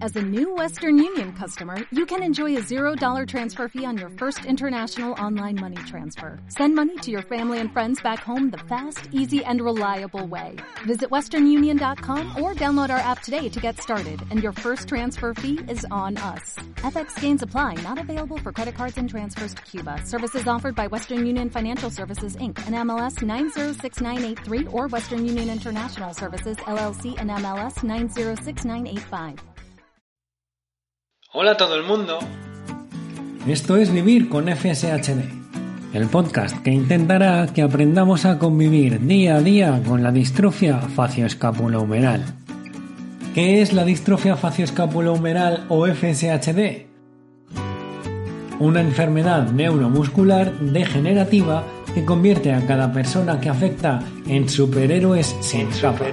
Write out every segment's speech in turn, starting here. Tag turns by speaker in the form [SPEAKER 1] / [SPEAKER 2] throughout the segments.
[SPEAKER 1] As a new Western Union customer, you can enjoy a $0 transfer fee on your first international online money transfer. Send money to your family and friends back home the fast, easy, and reliable way. Visit westernunion.com or download our app today to get started, and your first transfer fee is on us. FX gains apply, not available for credit cards and transfers to Cuba. Services offered by Western Union Financial Services, Inc., and MLS 906983, or Western Union International Services, LLC, and MLS 906985.
[SPEAKER 2] Hola a todo el mundo.
[SPEAKER 3] Esto es Vivir con FSHD, el podcast que intentará que aprendamos a convivir día a día con la distrofia facioescapulohumeral. ¿Qué es la distrofia facioescapulohumeral o FSHD? Una enfermedad neuromuscular degenerativa que convierte a cada persona que afecta en superhéroes sin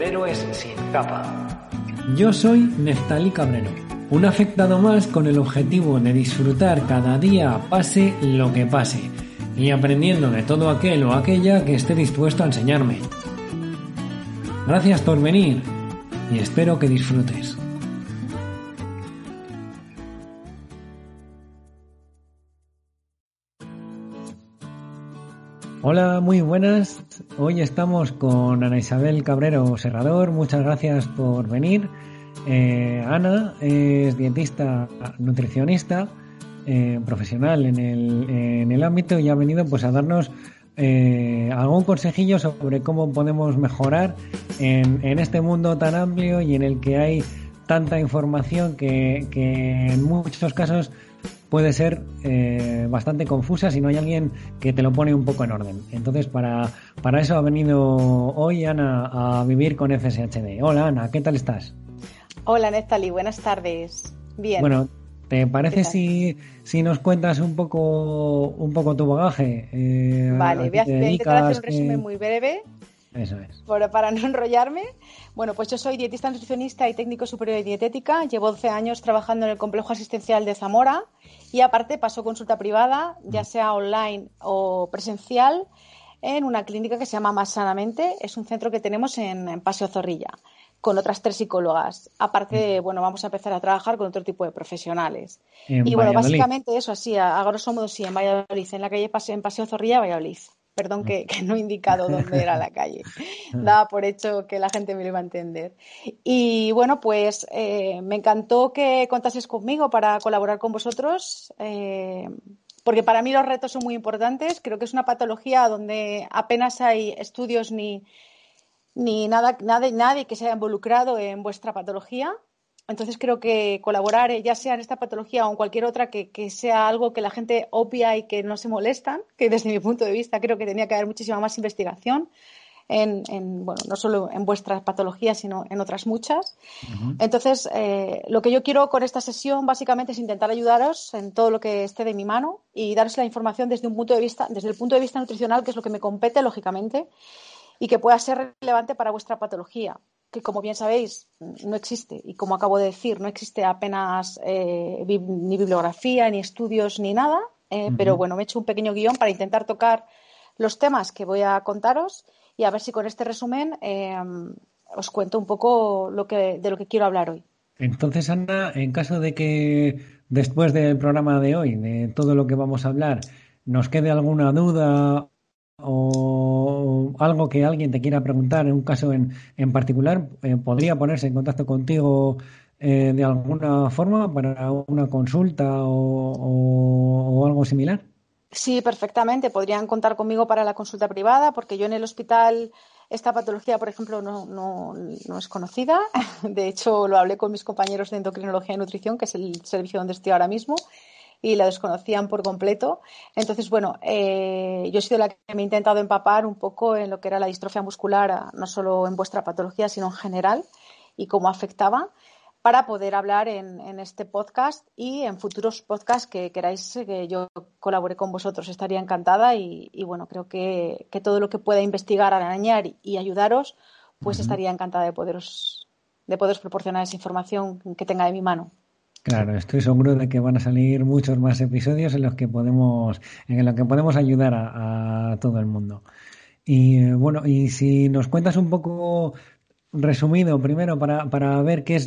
[SPEAKER 3] capa. Yo soy Neftali Cabrero, un afectado más con el objetivo de disfrutar cada día pase lo que pase y aprendiendo de todo aquel o aquella que esté dispuesto a enseñarme. Gracias por venir y espero que disfrutes. Hola, muy buenas. Hoy estamos con Ana Isabel Cabrero Serrador. Muchas gracias por venir. Ana es dietista, nutricionista, profesional en el ámbito y ha venido pues a darnos algún consejillo sobre cómo podemos mejorar en este mundo tan amplio y en el que hay tanta información que en muchos casos puede ser bastante confusa si no hay alguien que te lo pone un poco en orden. Entonces, para eso ha venido hoy Ana a Vivir con FSHD. Hola Ana, ¿qué tal estás?
[SPEAKER 4] Hola Neftali, buenas tardes. Bien.
[SPEAKER 3] Bueno, ¿te parece si nos cuentas un poco tu bagaje?
[SPEAKER 4] Vale, voy a intentar hacer un resumen muy breve.
[SPEAKER 3] Eso es.
[SPEAKER 4] Para no enrollarme. Bueno, pues yo soy dietista nutricionista y técnico superior de dietética. Llevo 12 años trabajando en el complejo asistencial de Zamora y aparte paso consulta privada, ya sea online o presencial, en una clínica que se llama Más Sanamente. Es un centro que tenemos en Paseo Zorrilla, con otras 3 psicólogas. Aparte, bueno, vamos a empezar a trabajar con otro tipo de profesionales. Y bueno, básicamente eso, así, a grosso modo, sí, en Valladolid, en la calle en Paseo Zorrilla, Valladolid. Perdón que no he indicado dónde era la calle. Daba por hecho que la gente me lo iba a entender. Y bueno, pues me encantó que contases conmigo para colaborar con vosotros, porque para mí los retos son muy importantes. Creo que es una patología donde apenas hay estudios ni nadie que se haya involucrado en vuestra patología. Entonces creo que colaborar, ya sea en esta patología o en cualquier otra, que sea algo que la gente obvia y que no se molestan, que desde mi punto de vista creo que tenía que haber muchísima más investigación bueno, no solo en vuestras patologías, sino en otras muchas. Uh-huh. Entonces, lo que yo quiero con esta sesión básicamente es intentar ayudaros en todo lo que esté de mi mano y daros la información desde el punto de vista nutricional, que es lo que me compete, lógicamente, y que pueda ser relevante para vuestra patología, que como bien sabéis no existe, y como acabo de decir, no existe apenas ni bibliografía, ni estudios, ni nada, uh-huh. Pero bueno, me he hecho un pequeño guión para intentar tocar los temas que voy a contaros y a ver si con este resumen os cuento un poco de lo que quiero hablar hoy.
[SPEAKER 3] Entonces, Ana, en caso de que después del programa de hoy, de todo lo que vamos a hablar, nos quede alguna duda o algo que alguien te quiera preguntar, en un caso en particular, podría ponerse en contacto contigo de alguna forma para una consulta o algo similar.
[SPEAKER 4] Sí, perfectamente. Podrían contar conmigo para la consulta privada, porque yo en el hospital esta patología, por ejemplo, no es conocida. De hecho, lo hablé con mis compañeros de endocrinología y nutrición, que es el servicio donde estoy ahora mismo, y la desconocían por completo. Entonces, bueno, yo he sido la que me he intentado empapar un poco en lo que era la distrofia muscular, no solo en vuestra patología, sino en general, y cómo afectaba, para poder hablar en este podcast y en futuros podcasts que queráis que yo colabore con vosotros. Estaría encantada y bueno, creo que todo lo que pueda investigar, arañar y ayudaros, pues uh-huh. Estaría encantada de poderos proporcionar esa información que tenga de mi mano.
[SPEAKER 3] Claro, estoy seguro de que van a salir muchos más episodios en los que podemos ayudar a todo el mundo. Y bueno, y si nos cuentas un poco resumido primero para ver qué es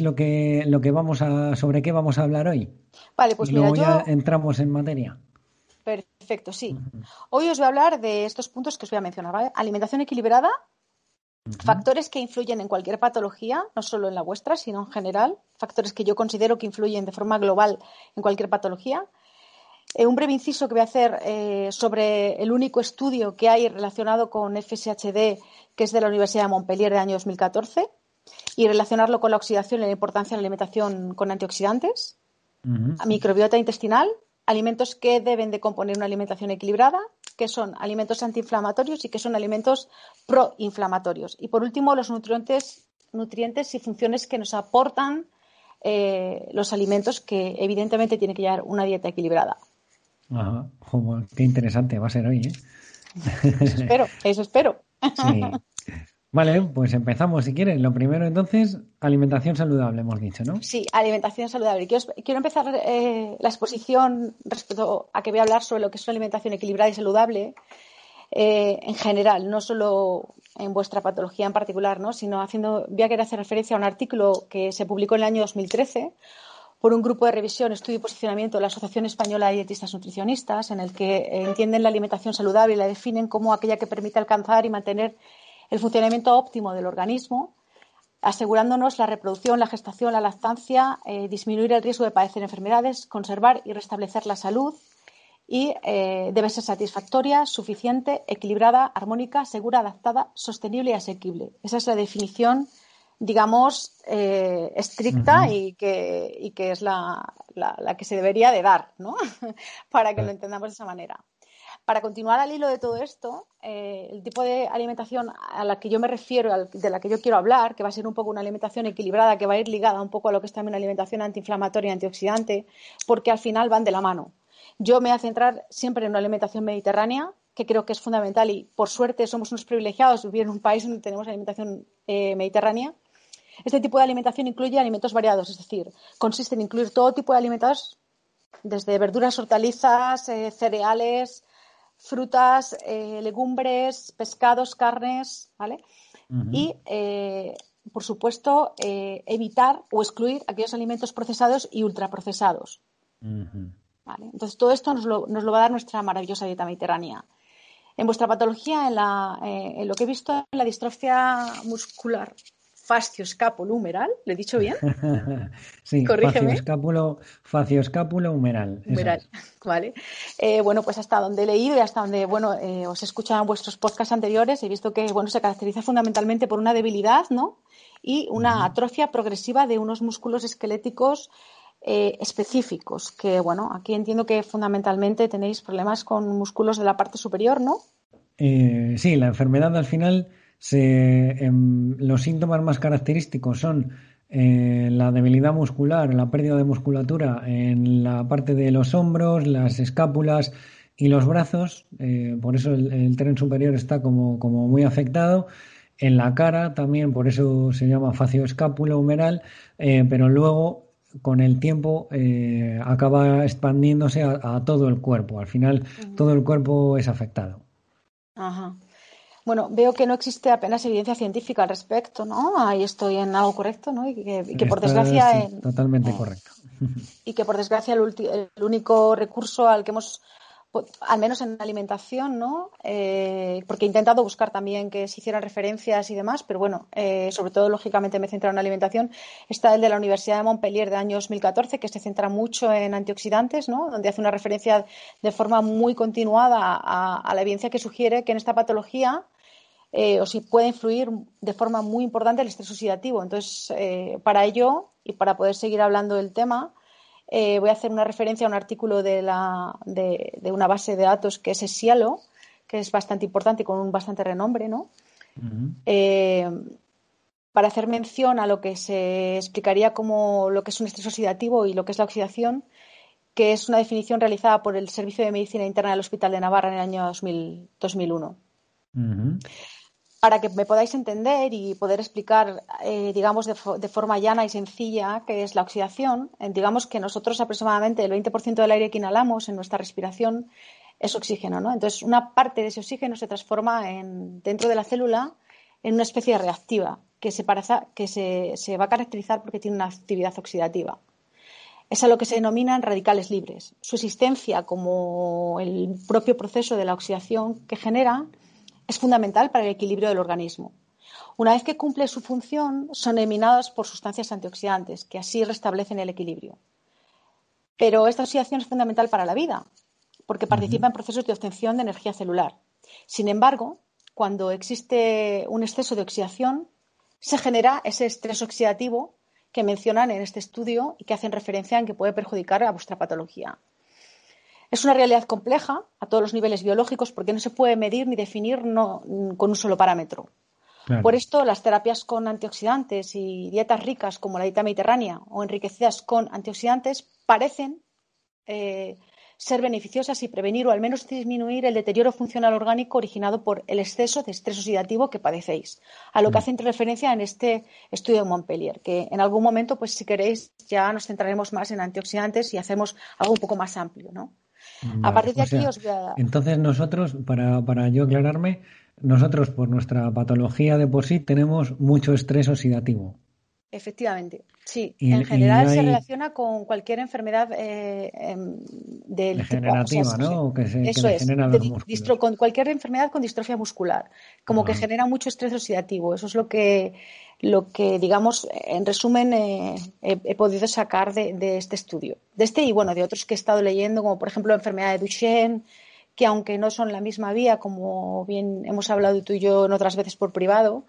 [SPEAKER 3] sobre qué vamos a hablar hoy.
[SPEAKER 4] Vale, pues
[SPEAKER 3] Y
[SPEAKER 4] mira,
[SPEAKER 3] luego ya entramos en materia.
[SPEAKER 4] perfecto, sí.
[SPEAKER 3] Ujú,
[SPEAKER 4] Hoy os voy a hablar de estos puntos que os voy a mencionar, ¿vale? Alimentación equilibrada,
[SPEAKER 3] ujú,
[SPEAKER 4] factores que influyen en cualquier patología, no solo en la vuestra, sino en general, factores que yo considero que influyen de forma global en cualquier patología. Un breve inciso que voy a hacer sobre el único estudio que hay relacionado con FSHD, que es de la Universidad de Montpellier del año 2014, y relacionarlo con la oxidación y la importancia de la alimentación con antioxidantes,
[SPEAKER 3] ujú.
[SPEAKER 4] microbiota intestinal, alimentos que deben de componer una alimentación equilibrada, que son alimentos antiinflamatorios y que son alimentos proinflamatorios. Y por último, los nutrientes y funciones que nos aportan los alimentos, que evidentemente tienen que llevar una dieta equilibrada.
[SPEAKER 3] Ajá. Joder, qué interesante va a ser hoy, ¿eh?
[SPEAKER 4] Eso espero, eso espero.
[SPEAKER 3] Sí. Vale, pues empezamos si quieres. Lo primero entonces, alimentación saludable, hemos dicho, ¿no?
[SPEAKER 4] Sí, alimentación saludable. Quiero empezar la exposición respecto a que voy a hablar sobre lo que es una alimentación equilibrada y saludable en general, no solo en vuestra patología en particular, ¿no? Sino voy a querer hacer referencia a un artículo que se publicó en el año 2013 por un grupo de revisión, estudio y posicionamiento de la Asociación Española de Dietistas Nutricionistas, en el que entienden la alimentación saludable y la definen como aquella que permite alcanzar y mantener el funcionamiento óptimo del organismo, asegurándonos la reproducción, la gestación, la lactancia, disminuir el riesgo de padecer enfermedades, conservar y restablecer la salud y debe ser satisfactoria, suficiente, equilibrada, armónica, segura, adaptada, sostenible y asequible. Esa es la definición, digamos, estricta
[SPEAKER 3] Ujú.
[SPEAKER 4] y que es la que se debería de dar, ¿no? Para que lo entendamos de esa manera. Para continuar al hilo de todo esto, el tipo de alimentación a la que yo me refiero, de la que yo quiero hablar, que va a ser un poco una alimentación equilibrada, que va a ir ligada un poco a lo que es también una alimentación antiinflamatoria y antioxidante, porque al final van de la mano. Yo me voy a centrar siempre en una alimentación mediterránea, que creo que es fundamental y por suerte somos unos privilegiados vivir en un país donde tenemos alimentación mediterránea. Este tipo de alimentación incluye alimentos variados, es decir, consiste en incluir todo tipo de alimentos, desde verduras, hortalizas, cereales, frutas, legumbres, pescados, carnes, ¿vale?
[SPEAKER 3] Ujú,
[SPEAKER 4] Y, por supuesto, evitar o excluir aquellos alimentos procesados y ultraprocesados.
[SPEAKER 3] ujú.
[SPEAKER 4] ¿Vale? Entonces, todo esto nos lo va a dar nuestra maravillosa dieta mediterránea. En vuestra patología, en lo que he visto en la distrofia muscular fascioscapulohumeral, ¿lo he dicho bien?
[SPEAKER 3] Sí,
[SPEAKER 4] Corrígeme.
[SPEAKER 3] facioscápulo humeral, eso
[SPEAKER 4] Humeral,
[SPEAKER 3] es.
[SPEAKER 4] ¿vale? Bueno, pues hasta donde he leído y hasta donde, bueno, os he escuchado en vuestros podcasts anteriores, he visto que, bueno, se caracteriza fundamentalmente por una debilidad, ¿no? Y una
[SPEAKER 3] Ujú.
[SPEAKER 4] atrofia progresiva de unos músculos esqueléticos específicos, que, bueno, aquí entiendo que fundamentalmente tenéis problemas con músculos de la parte superior, ¿no?
[SPEAKER 3] Sí, la enfermedad al final, los síntomas más característicos son la debilidad muscular, la pérdida de musculatura en la parte de los hombros, las escápulas y los brazos. Por eso el tren superior está como muy afectado. En la cara también, por eso se llama facioscápulo humeral, pero luego con el tiempo acaba expandiéndose a todo el cuerpo. Al final,
[SPEAKER 4] Ujú.
[SPEAKER 3] todo el cuerpo es afectado.
[SPEAKER 4] Ajá. Bueno, veo que no existe apenas evidencia científica al respecto, ¿no? Ahí estoy en algo correcto, ¿no? Y que por
[SPEAKER 3] Está,
[SPEAKER 4] desgracia,
[SPEAKER 3] sí, totalmente
[SPEAKER 4] eh,
[SPEAKER 3] correcto.
[SPEAKER 4] y que por desgracia el único recurso al que hemos, al menos en alimentación, ¿no? Porque he intentado buscar también que se hicieran referencias y demás, pero bueno, sobre todo lógicamente me he centrado en alimentación. Está el de la Universidad de Montpellier de año 2014, que se centra mucho en antioxidantes, ¿no? Donde hace una referencia de forma muy continuada a la evidencia que sugiere que en esta patología o si puede influir de forma muy importante el estrés oxidativo. Entonces, para ello y para poder seguir hablando del tema, voy a hacer una referencia a un artículo de una base de datos que es Scialo, que es bastante importante y con un bastante renombre, ¿no?
[SPEAKER 3] Ujú,
[SPEAKER 4] Eh, para hacer mención a lo que se explicaría como lo que es un estrés oxidativo y lo que es la oxidación, que es una definición realizada por el Servicio de Medicina Interna del Hospital de Navarra en el año 2001.
[SPEAKER 3] ujú.
[SPEAKER 4] Para que me podáis entender y poder explicar, digamos, de forma llana y sencilla qué es la oxidación, digamos que nosotros aproximadamente el 20% del aire que inhalamos en nuestra respiración es oxígeno, ¿no? Entonces, una parte de ese oxígeno se transforma dentro de la célula en una especie reactiva que se va a caracterizar porque tiene una actividad oxidativa. Es a lo que se denominan radicales libres. Su existencia, como el propio proceso de la oxidación que genera, es fundamental para el equilibrio del organismo. Una vez que cumple su función, son eliminados por sustancias antioxidantes, que así restablecen el equilibrio. Pero esta oxidación es fundamental para la vida, porque participa en procesos de obtención de energía celular. Sin embargo, cuando existe un exceso de oxidación, se genera ese estrés oxidativo que mencionan en este estudio y que hacen referencia en que puede perjudicar a vuestra patología. Es una realidad compleja a todos los niveles biológicos porque no se puede medir ni definir con un solo parámetro. Claro. Por esto, las terapias con antioxidantes y dietas ricas como la dieta mediterránea o enriquecidas con antioxidantes parecen ser beneficiosas y prevenir o al menos disminuir el deterioro funcional orgánico originado por el exceso de estrés oxidativo que padecéis, a lo que hacen referencia en este estudio de Montpellier, que en algún momento, pues si queréis, ya nos centraremos más en antioxidantes y hacemos algo un poco más amplio, ¿no?
[SPEAKER 3] Vale,
[SPEAKER 4] a partir de aquí os voy a...
[SPEAKER 3] Entonces nosotros, para yo aclararme, nosotros por nuestra patología de por sí tenemos mucho estrés oxidativo.
[SPEAKER 4] Efectivamente, sí. En general se relaciona con cualquier enfermedad
[SPEAKER 3] degenerativa, tipo, ¿no? Que
[SPEAKER 4] degenera los músculos. Con cualquier enfermedad con distrofia muscular, como que genera mucho estrés oxidativo. Eso es lo que digamos, en resumen, he podido sacar de este estudio. De este y, bueno, de otros que he estado leyendo, como por ejemplo la enfermedad de Duchenne, que aunque no son la misma vía, como bien hemos hablado tú y yo en otras veces por privado,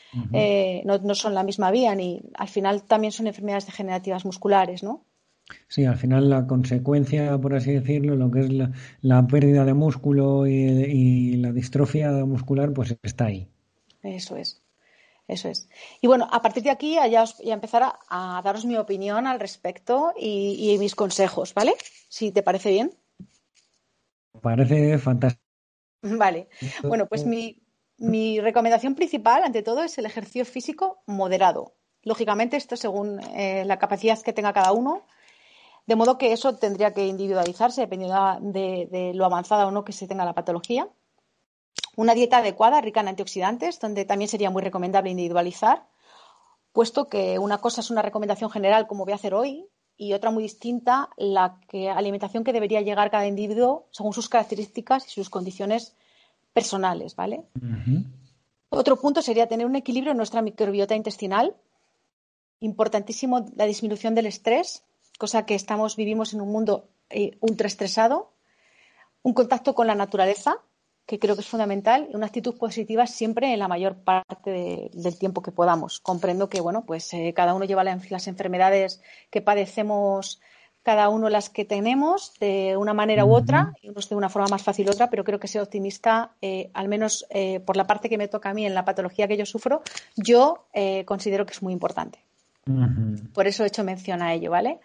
[SPEAKER 4] no son la misma vía, ni al final también son enfermedades degenerativas musculares, ¿no?
[SPEAKER 3] Sí, al final la consecuencia, por así decirlo, lo que es la pérdida de músculo y la distrofia muscular, pues está ahí.
[SPEAKER 4] Eso es. Y bueno, a partir de aquí ya empezar a daros mi opinión al respecto y mis consejos, ¿vale? Si te parece bien.
[SPEAKER 3] Parece fantástico.
[SPEAKER 4] Vale. Bueno, pues mi recomendación principal, ante todo, es el ejercicio físico moderado. Lógicamente, esto según la capacidad que tenga cada uno, de modo que eso tendría que individualizarse dependiendo de lo avanzada o no que se tenga la patología. Una dieta adecuada, rica en antioxidantes, donde también sería muy recomendable individualizar, puesto que una cosa es una recomendación general, como voy a hacer hoy, y otra muy distinta, la alimentación que debería llegar cada individuo según sus características y sus condiciones personales, ¿vale? Otro punto sería tener un equilibrio en nuestra microbiota intestinal. Importantísimo la disminución del estrés, cosa que vivimos en un mundo ultra estresado. Un contacto con la naturaleza, que creo que es fundamental, y una actitud positiva siempre en la mayor parte del tiempo que podamos. Comprendo que, bueno, pues cada uno lleva las enfermedades que padecemos, cada uno las que tenemos de una manera u otra, y unos de una forma más fácil u otra, pero creo que ser optimista, al menos por la parte que me toca a mí en la patología que yo sufro, yo considero que es muy importante. Por eso he hecho mención a ello, ¿vale?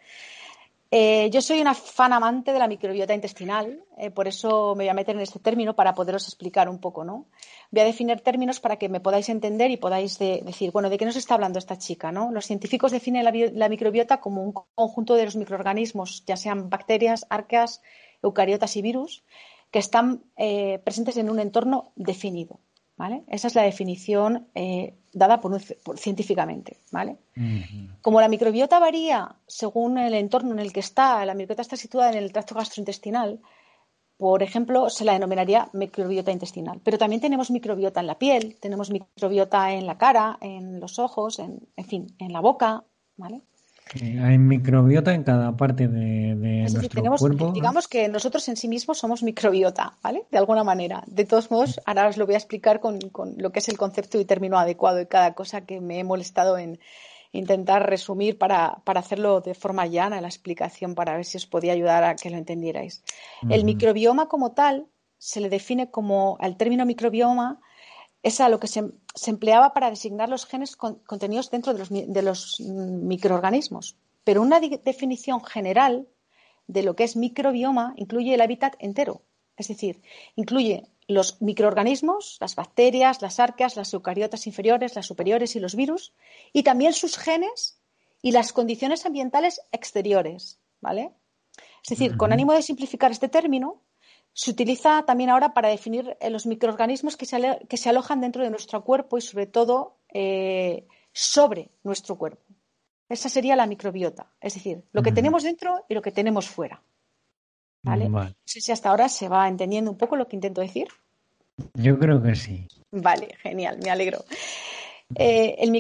[SPEAKER 4] Yo soy una fan amante de la microbiota intestinal, por eso me voy a meter en este término para poderos explicar un poco, ¿no? Voy a definir términos para que me podáis entender y podáis decir, bueno, ¿de qué nos está hablando esta chica, no? Los científicos definen la microbiota como un conjunto de los microorganismos, ya sean bacterias, arqueas, eucariotas y virus, que están presentes en un entorno definido, ¿vale? Esa es la definición dada científicamente, ¿vale? Como la microbiota varía según el entorno en el que está, la microbiota está situada en el tracto gastrointestinal, por ejemplo, se la denominaría microbiota intestinal. Pero también tenemos microbiota en la piel, tenemos microbiota en la cara, en los ojos, en fin, en la boca, ¿vale?
[SPEAKER 3] Hay microbiota en cada parte de nuestro cuerpo.
[SPEAKER 4] Digamos que nosotros en sí mismos somos microbiota, ¿vale? De alguna manera. De todos modos, ahora os lo voy a explicar con lo que es el concepto y término adecuado de cada cosa, que me he molestado en intentar resumir para hacerlo de forma llana en la explicación, para ver si os podía ayudar a que lo entendierais. El microbioma como tal se le define como, al término microbioma, es a lo que se empleaba para designar los genes contenidos dentro de los microorganismos. Pero una definición general de lo que es microbioma incluye el hábitat entero. Es decir, incluye los microorganismos, las bacterias, las arqueas, las eucariotas inferiores, las superiores y los virus, y también sus genes y las condiciones ambientales exteriores, ¿vale? Es decir, con ánimo de simplificar este término, Se utiliza también ahora para definir los microorganismos que se alojan dentro de nuestro cuerpo y sobre todo sobre nuestro cuerpo. Esa sería la microbiota, es decir, lo que tenemos dentro y lo que tenemos fuera. ¿Vale?
[SPEAKER 3] Vale.
[SPEAKER 4] No sé si hasta ahora se va entendiendo un poco lo que intento decir.
[SPEAKER 3] Yo creo que sí.
[SPEAKER 4] Vale, genial, me alegro. El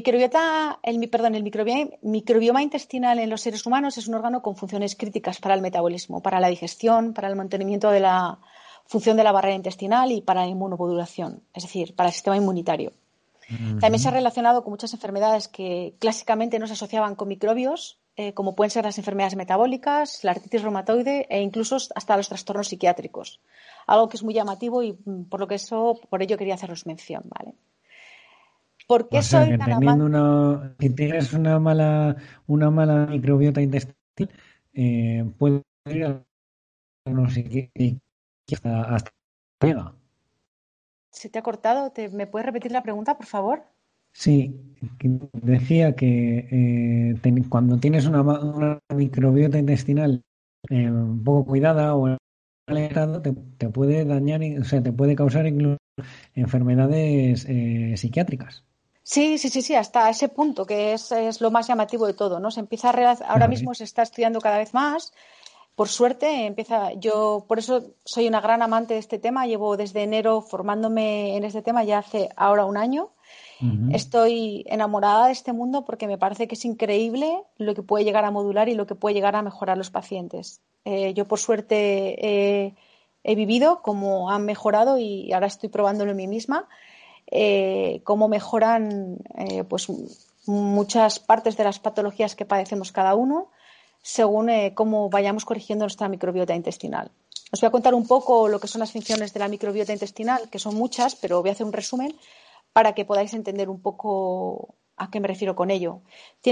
[SPEAKER 4] microbioma intestinal en los seres humanos es un órgano con funciones críticas para el metabolismo, para la digestión, para el mantenimiento de la función de la barrera intestinal y para la inmunomodulación, es decir, para el sistema inmunitario. También se ha relacionado con muchas enfermedades que clásicamente no se asociaban con microbios, como pueden ser las enfermedades metabólicas, la artritis reumatoide e incluso hasta los trastornos psiquiátricos. Algo que es muy llamativo y por ello quería haceros mención, ¿vale? ¿Por qué
[SPEAKER 3] O sea
[SPEAKER 4] soy
[SPEAKER 3] que
[SPEAKER 4] tan amante?
[SPEAKER 3] si tienes una mala microbiota intestinal, puede ir a no sé qué hasta llega.
[SPEAKER 4] ¿Se te ha cortado? ¿Me puedes repetir la pregunta, por favor?
[SPEAKER 3] Sí, que decía que cuando tienes una microbiota intestinal poco cuidada o en mal estado, te puede dañar, o sea, te puede causar incluso enfermedades psiquiátricas.
[SPEAKER 4] Sí, hasta ese punto, que es lo más llamativo de todo, ¿no? Ahora
[SPEAKER 3] Fíjate.
[SPEAKER 4] mismo se está estudiando cada vez más. Por suerte, yo por eso soy una gran amante de este tema. Llevo desde enero formándome en este tema, ya hace ahora un año.
[SPEAKER 3] Ujú.
[SPEAKER 4] Estoy enamorada de este mundo porque me parece que es increíble lo que puede llegar a modular y lo que puede llegar a mejorar los pacientes. Yo, por suerte, he vivido cómo han mejorado y ahora estoy probándolo en mí misma, cómo mejoran pues, muchas partes de las patologías que padecemos cada uno según cómo vayamos corrigiendo nuestra microbiota intestinal. Os voy a contar un poco lo que son las funciones de la microbiota intestinal, que son muchas, pero voy a hacer un resumen para que podáis entender un poco a qué me refiero con ello.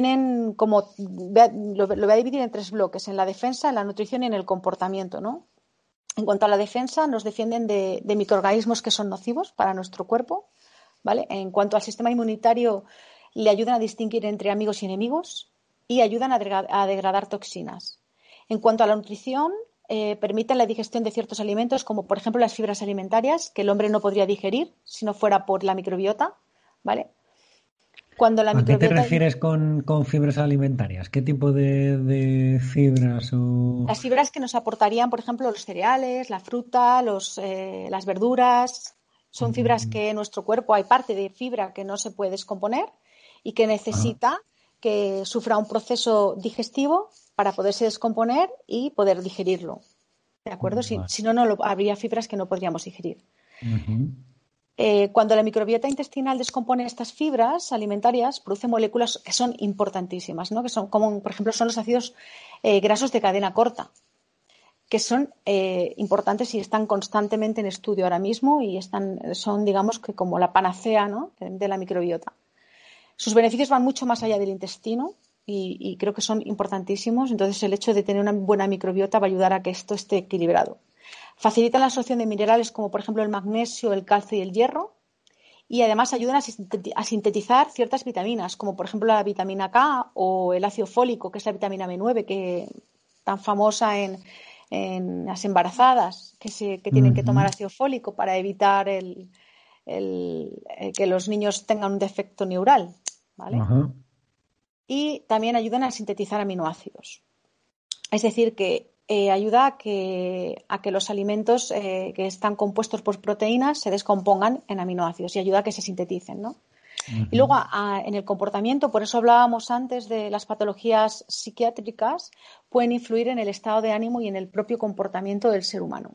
[SPEAKER 4] Lo voy a dividir en 3 bloques, en la defensa, en la nutrición y en el comportamiento, ¿no? En cuanto a la defensa, nos defienden de microorganismos que son nocivos para nuestro cuerpo, ¿vale? En cuanto al sistema inmunitario, le ayudan a distinguir entre amigos y enemigos y ayudan a degradar toxinas. En cuanto a la nutrición, permiten la digestión de ciertos alimentos, como por ejemplo las fibras alimentarias, que el hombre no podría digerir si no fuera por la microbiota, ¿vale? Cuando la
[SPEAKER 3] ¿A qué te
[SPEAKER 4] microbiota
[SPEAKER 3] refieres con fibras alimentarias? ¿Qué tipo de fibras o...?
[SPEAKER 4] Las fibras que nos aportarían, por ejemplo, los cereales, la fruta, las verduras, son fibras
[SPEAKER 3] Mm,
[SPEAKER 4] que en nuestro cuerpo hay parte de fibra que no se puede descomponer y que
[SPEAKER 3] ah,
[SPEAKER 4] necesita que sufra un proceso digestivo para poderse descomponer y poder digerirlo. ¿De acuerdo? Si,
[SPEAKER 3] vale.
[SPEAKER 4] si no, habría fibras que no podríamos digerir.
[SPEAKER 3] Ujú.
[SPEAKER 4] Cuando la microbiota intestinal descompone estas fibras alimentarias, produce moléculas que son importantísimas, ¿no? Que son como, por ejemplo, son los ácidos grasos de cadena corta, que son importantes y están constantemente en estudio ahora mismo y son, digamos, que como la panacea, ¿no?, de la microbiota. Sus beneficios van mucho más allá del intestino y creo que son importantísimos. Entonces, el hecho de tener una buena microbiota va a ayudar a que esto esté equilibrado. Facilitan la absorción de minerales como, por ejemplo, el magnesio, el calcio y el hierro. Y además ayudan a sintetizar ciertas vitaminas, como por ejemplo la vitamina K o el ácido fólico, que es la vitamina B9, que tan famosa en las embarazadas, que tienen que tomar
[SPEAKER 3] Ujú.
[SPEAKER 4] ácido fólico para evitar que los niños tengan un defecto neural, ¿vale?
[SPEAKER 3] Ajá.
[SPEAKER 4] Y también ayudan a sintetizar aminoácidos. Es decir, que ayuda a que los alimentos que están compuestos por proteínas se descompongan en aminoácidos y ayuda a que se sinteticen, ¿no? Y
[SPEAKER 3] Ujú.
[SPEAKER 4] luego, en el comportamiento, por eso hablábamos antes de las patologías psiquiátricas, pueden influir en el estado de ánimo y en el propio comportamiento del ser humano.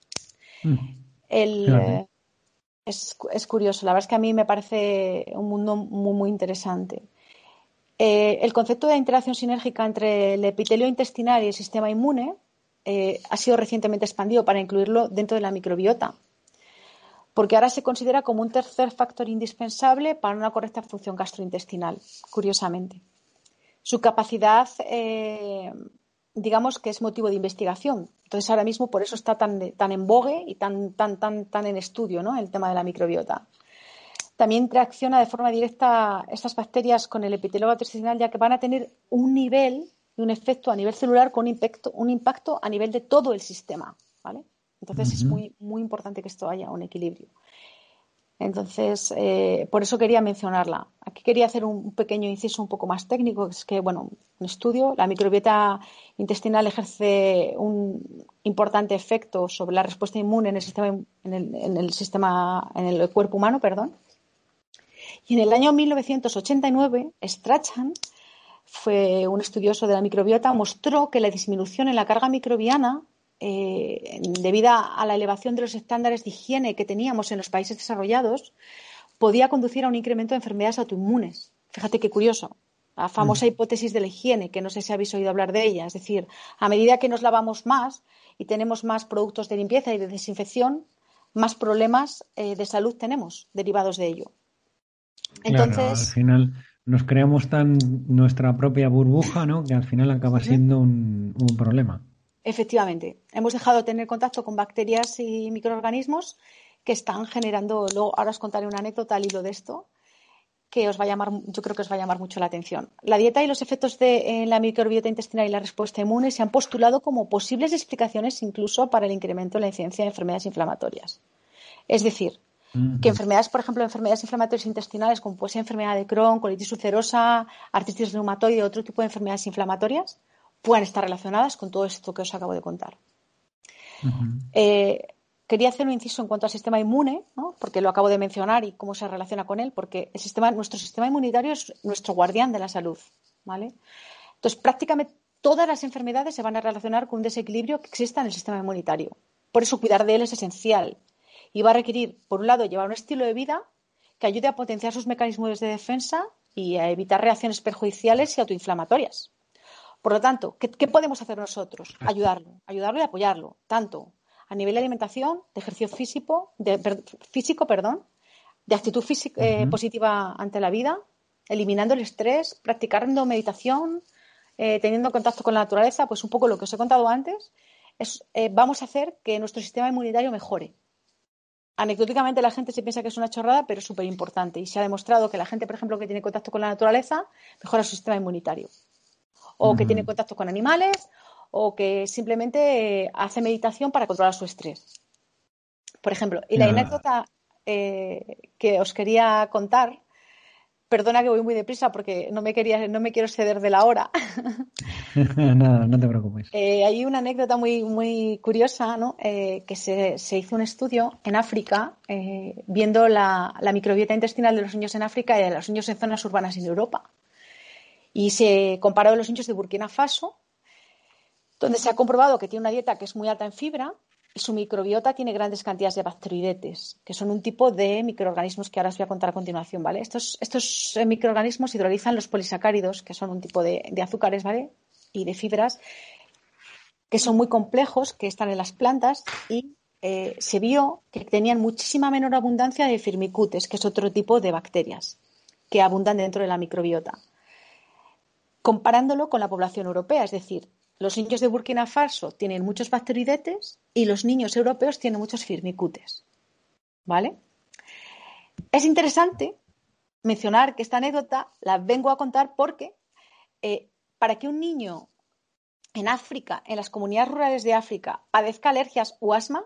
[SPEAKER 4] El,
[SPEAKER 3] Fíjate.
[SPEAKER 4] eh, es curioso, la verdad es que a mí me parece un mundo muy, muy interesante. El concepto de interacción sinérgica entre el epitelio intestinal y el sistema inmune ha sido recientemente expandido para incluirlo dentro de la microbiota, porque ahora se considera como un tercer factor indispensable para una correcta función gastrointestinal, curiosamente. Su capacidad, digamos que es motivo de investigación. Entonces, ahora mismo por eso está tan en vogue y tan en estudio, ¿no?, el tema de la microbiota. También interacciona de forma directa estas bacterias con el epitelio gastrointestinal, ya que van a tener un nivel y un efecto a nivel celular con un impacto a nivel de todo el sistema, ¿vale? Entonces es muy, muy importante que esto haya un equilibrio. Entonces, por eso quería mencionarla. Aquí quería hacer un pequeño inciso un poco más técnico, que es que, bueno, un estudio, la microbiota intestinal ejerce un importante efecto sobre la respuesta inmune en el cuerpo humano, perdón. Y en el año 1989, Strachan, fue un estudioso de la microbiota, mostró que la disminución en la carga microbiana debido a la elevación de los estándares de higiene que teníamos en los países desarrollados, podía conducir a un incremento de enfermedades autoinmunes. Fíjate qué curioso. La famosa hipótesis de la higiene, que no sé si habéis oído hablar de ella. Es decir, a medida que nos lavamos más y tenemos más productos de limpieza y de desinfección, más problemas de salud tenemos derivados de ello. Entonces,
[SPEAKER 3] claro, al final nos creamos tan nuestra propia burbuja, ¿no? Que al final acaba siendo un problema.
[SPEAKER 4] Efectivamente, hemos dejado de tener contacto con bacterias y microorganismos que están generando. Luego, ahora os contaré una anécdota al hilo de esto que os va a llamar, yo creo que os va a llamar mucho la atención. La dieta y los efectos en la microbiota intestinal y la respuesta inmune se han postulado como posibles explicaciones incluso para el incremento en la incidencia de enfermedades inflamatorias. Es decir, que enfermedades, por ejemplo, enfermedades inflamatorias intestinales, como puede ser enfermedad de Crohn, colitis ulcerosa, artritis reumatoide, otro tipo de enfermedades inflamatorias, puedan estar relacionadas con todo esto que os acabo de contar. Quería hacer un inciso en cuanto al sistema inmune, ¿no? Porque lo acabo de mencionar y cómo se relaciona con él, porque nuestro sistema inmunitario es nuestro guardián de la salud, ¿vale? Entonces, prácticamente todas las enfermedades se van a relacionar con un desequilibrio que exista en el sistema inmunitario. Por eso, cuidar de él es esencial y va a requerir, por un lado, llevar un estilo de vida que ayude a potenciar sus mecanismos de defensa y a evitar reacciones perjudiciales y autoinflamatorias. Por lo tanto, ¿qué podemos hacer nosotros? Ayudarlo y apoyarlo, tanto a nivel de alimentación, de ejercicio físico, de actitud positiva ante la vida, eliminando el estrés, practicando meditación, teniendo contacto con la naturaleza, pues un poco lo que os he contado antes, vamos a hacer que nuestro sistema inmunitario mejore. Anecdóticamente la gente se piensa que es una chorrada, pero es súper importante y se ha demostrado que la gente, por ejemplo, que tiene contacto con la naturaleza, mejora su sistema inmunitario. O que tiene contacto con animales, o que simplemente hace meditación para controlar su estrés. Por ejemplo, y la anécdota que os quería contar, perdona que voy muy deprisa porque no me quiero exceder de la hora.
[SPEAKER 3] Nada, no te preocupes.
[SPEAKER 4] Hay una anécdota muy, muy curiosa, ¿no? Que se hizo un estudio en África viendo la microbiota intestinal de los niños en África y de los niños en zonas urbanas en Europa. Y se comparó los niños de Burkina Faso, donde se ha comprobado que tiene una dieta que es muy alta en fibra y su microbiota tiene grandes cantidades de bacteroidetes, que son un tipo de microorganismos que ahora os voy a contar a continuación, ¿vale? Estos microorganismos hidrolizan los polisacáridos, que son un tipo de azúcares, ¿vale? Y de fibras, que son muy complejos, que están en las plantas y se vio que tenían muchísima menor abundancia de firmicutes, que es otro tipo de bacterias que abundan dentro de la microbiota, comparándolo con la población europea, es decir, los niños de Burkina Faso tienen muchos bacteroidetes y los niños europeos tienen muchos firmicutes, ¿vale? Es interesante mencionar que esta anécdota la vengo a contar porque para que un niño en África, en las comunidades rurales de África, padezca alergias o asma,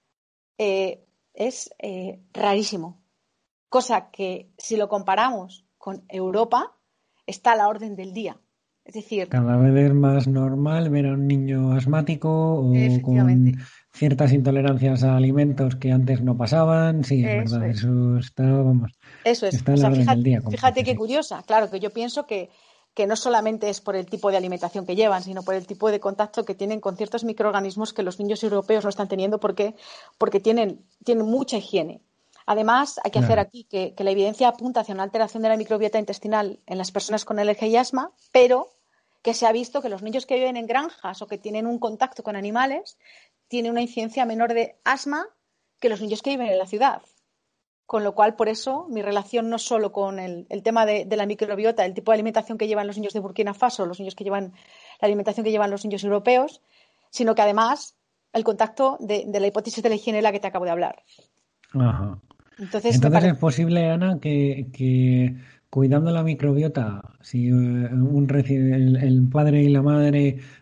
[SPEAKER 4] es rarísimo. Cosa que si lo comparamos con Europa, está a la orden del día. Es decir,
[SPEAKER 3] cada vez es más normal ver a un niño asmático o con ciertas intolerancias a alimentos que antes no pasaban. Sí, es verdad, eso está, vamos, está en la orden del día.
[SPEAKER 4] Fíjate qué curiosa. Claro que yo pienso que no solamente es por el tipo de alimentación que llevan, sino por el tipo de contacto que tienen con ciertos microorganismos que los niños europeos no están teniendo porque tienen mucha higiene. Además, hay que hacer aquí que la evidencia apunta hacia una alteración de la microbiota intestinal en las personas con alergia y asma, pero que se ha visto que los niños que viven en granjas o que tienen un contacto con animales tienen una incidencia menor de asma que los niños que viven en la ciudad. Con lo cual, por eso, mi relación no solo con el tema de la microbiota, el tipo de alimentación que llevan los niños de Burkina Faso, los niños que llevan la alimentación que llevan los niños europeos, sino que además el contacto de la hipótesis de la higiene de la que te acabo de hablar.
[SPEAKER 3] Ajá. Entonces es posible, Ana, que cuidando la microbiota, si el padre y la madre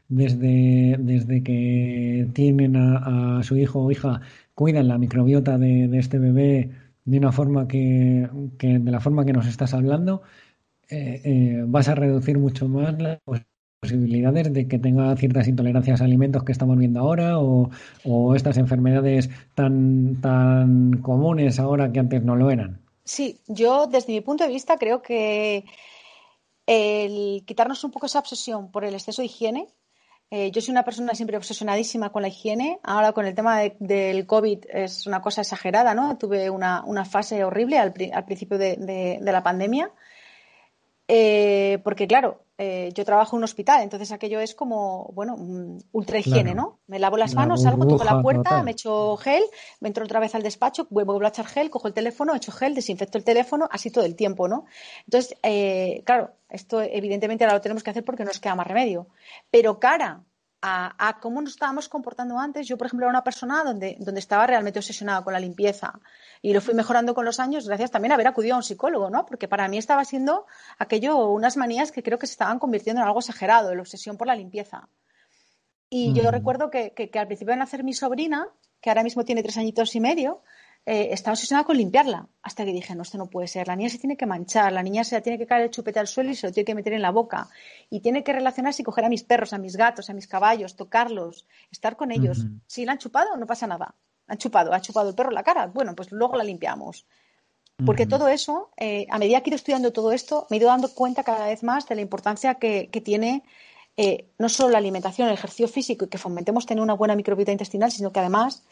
[SPEAKER 3] desde que tienen a su hijo o hija, cuidan la microbiota de este bebé de una forma que de la forma que nos estás hablando, vas a reducir mucho más las posibilidades de que tenga ciertas intolerancias a alimentos que estamos viendo ahora o estas enfermedades tan comunes ahora que antes no lo eran.
[SPEAKER 4] Sí, yo desde mi punto de vista creo que el quitarnos un poco esa obsesión por el exceso de higiene. Yo soy una persona siempre obsesionadísima con la higiene. Ahora con el tema del COVID es una cosa exagerada, ¿no? Tuve una fase horrible al principio de la pandemia. Porque claro, yo trabajo en un hospital, entonces aquello es como, bueno, ultra higiene,
[SPEAKER 3] Claro,
[SPEAKER 4] ¿no? Me lavo las
[SPEAKER 3] la
[SPEAKER 4] manos, salgo, toco la
[SPEAKER 3] burbuja
[SPEAKER 4] puerta, me
[SPEAKER 3] total.
[SPEAKER 4] echo gel, me entro otra vez al despacho, vuelvo a echar gel, cojo el teléfono, echo gel, desinfecto el teléfono, así todo el tiempo, ¿no? Entonces, claro, esto evidentemente ahora lo tenemos que hacer porque no nos queda más remedio. Pero cara a cómo nos estábamos comportando antes, yo, por ejemplo, era una persona donde estaba realmente obsesionada con la limpieza y lo fui mejorando con los años gracias también a haber acudido a un psicólogo, ¿no? Porque para mí estaba siendo aquello, unas manías que creo que se estaban convirtiendo en algo exagerado, la obsesión por la limpieza. Y yo
[SPEAKER 3] Ujú,
[SPEAKER 4] recuerdo que al principio de nacer mi sobrina, que ahora mismo tiene 3 añitos y medio, estaba obsesionada con limpiarla. Hasta que dije, no, esto no puede ser. La niña se tiene que manchar, la niña se la tiene que caer el chupete al suelo y se lo tiene que meter en la boca. Y tiene que relacionarse y coger a mis perros, a mis gatos, a mis caballos, tocarlos, estar con ellos.
[SPEAKER 3] ujú,
[SPEAKER 4] Si la han chupado, no pasa nada. Ha chupado el perro la cara. Bueno, pues luego la limpiamos. Porque
[SPEAKER 3] ujú.
[SPEAKER 4] todo eso, a medida que he ido estudiando todo esto, me he ido dando cuenta cada vez más de la importancia que tiene no solo la alimentación, el ejercicio físico y que fomentemos tener una buena microbiota intestinal, sino que además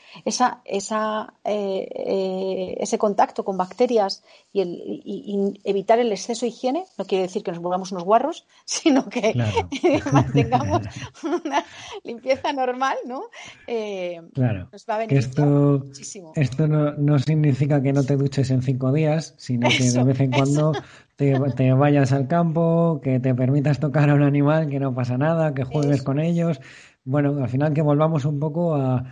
[SPEAKER 4] ese contacto con bacterias y evitar el exceso de higiene, no quiere decir que nos volvamos unos guarros, sino que
[SPEAKER 3] Claro.
[SPEAKER 4] mantengamos una limpieza normal, ¿no? Eh,
[SPEAKER 3] Claro,
[SPEAKER 4] nos va a
[SPEAKER 3] que
[SPEAKER 4] beneficiar muchísimo.
[SPEAKER 3] esto no significa que no te duches en 5 días, sino que de
[SPEAKER 4] Eso,
[SPEAKER 3] vez en
[SPEAKER 4] eso.
[SPEAKER 3] cuando te vayas al campo, que te permitas tocar a un animal, que no pasa nada, que juegues
[SPEAKER 4] Eso.
[SPEAKER 3] con ellos. Bueno, al final que volvamos un poco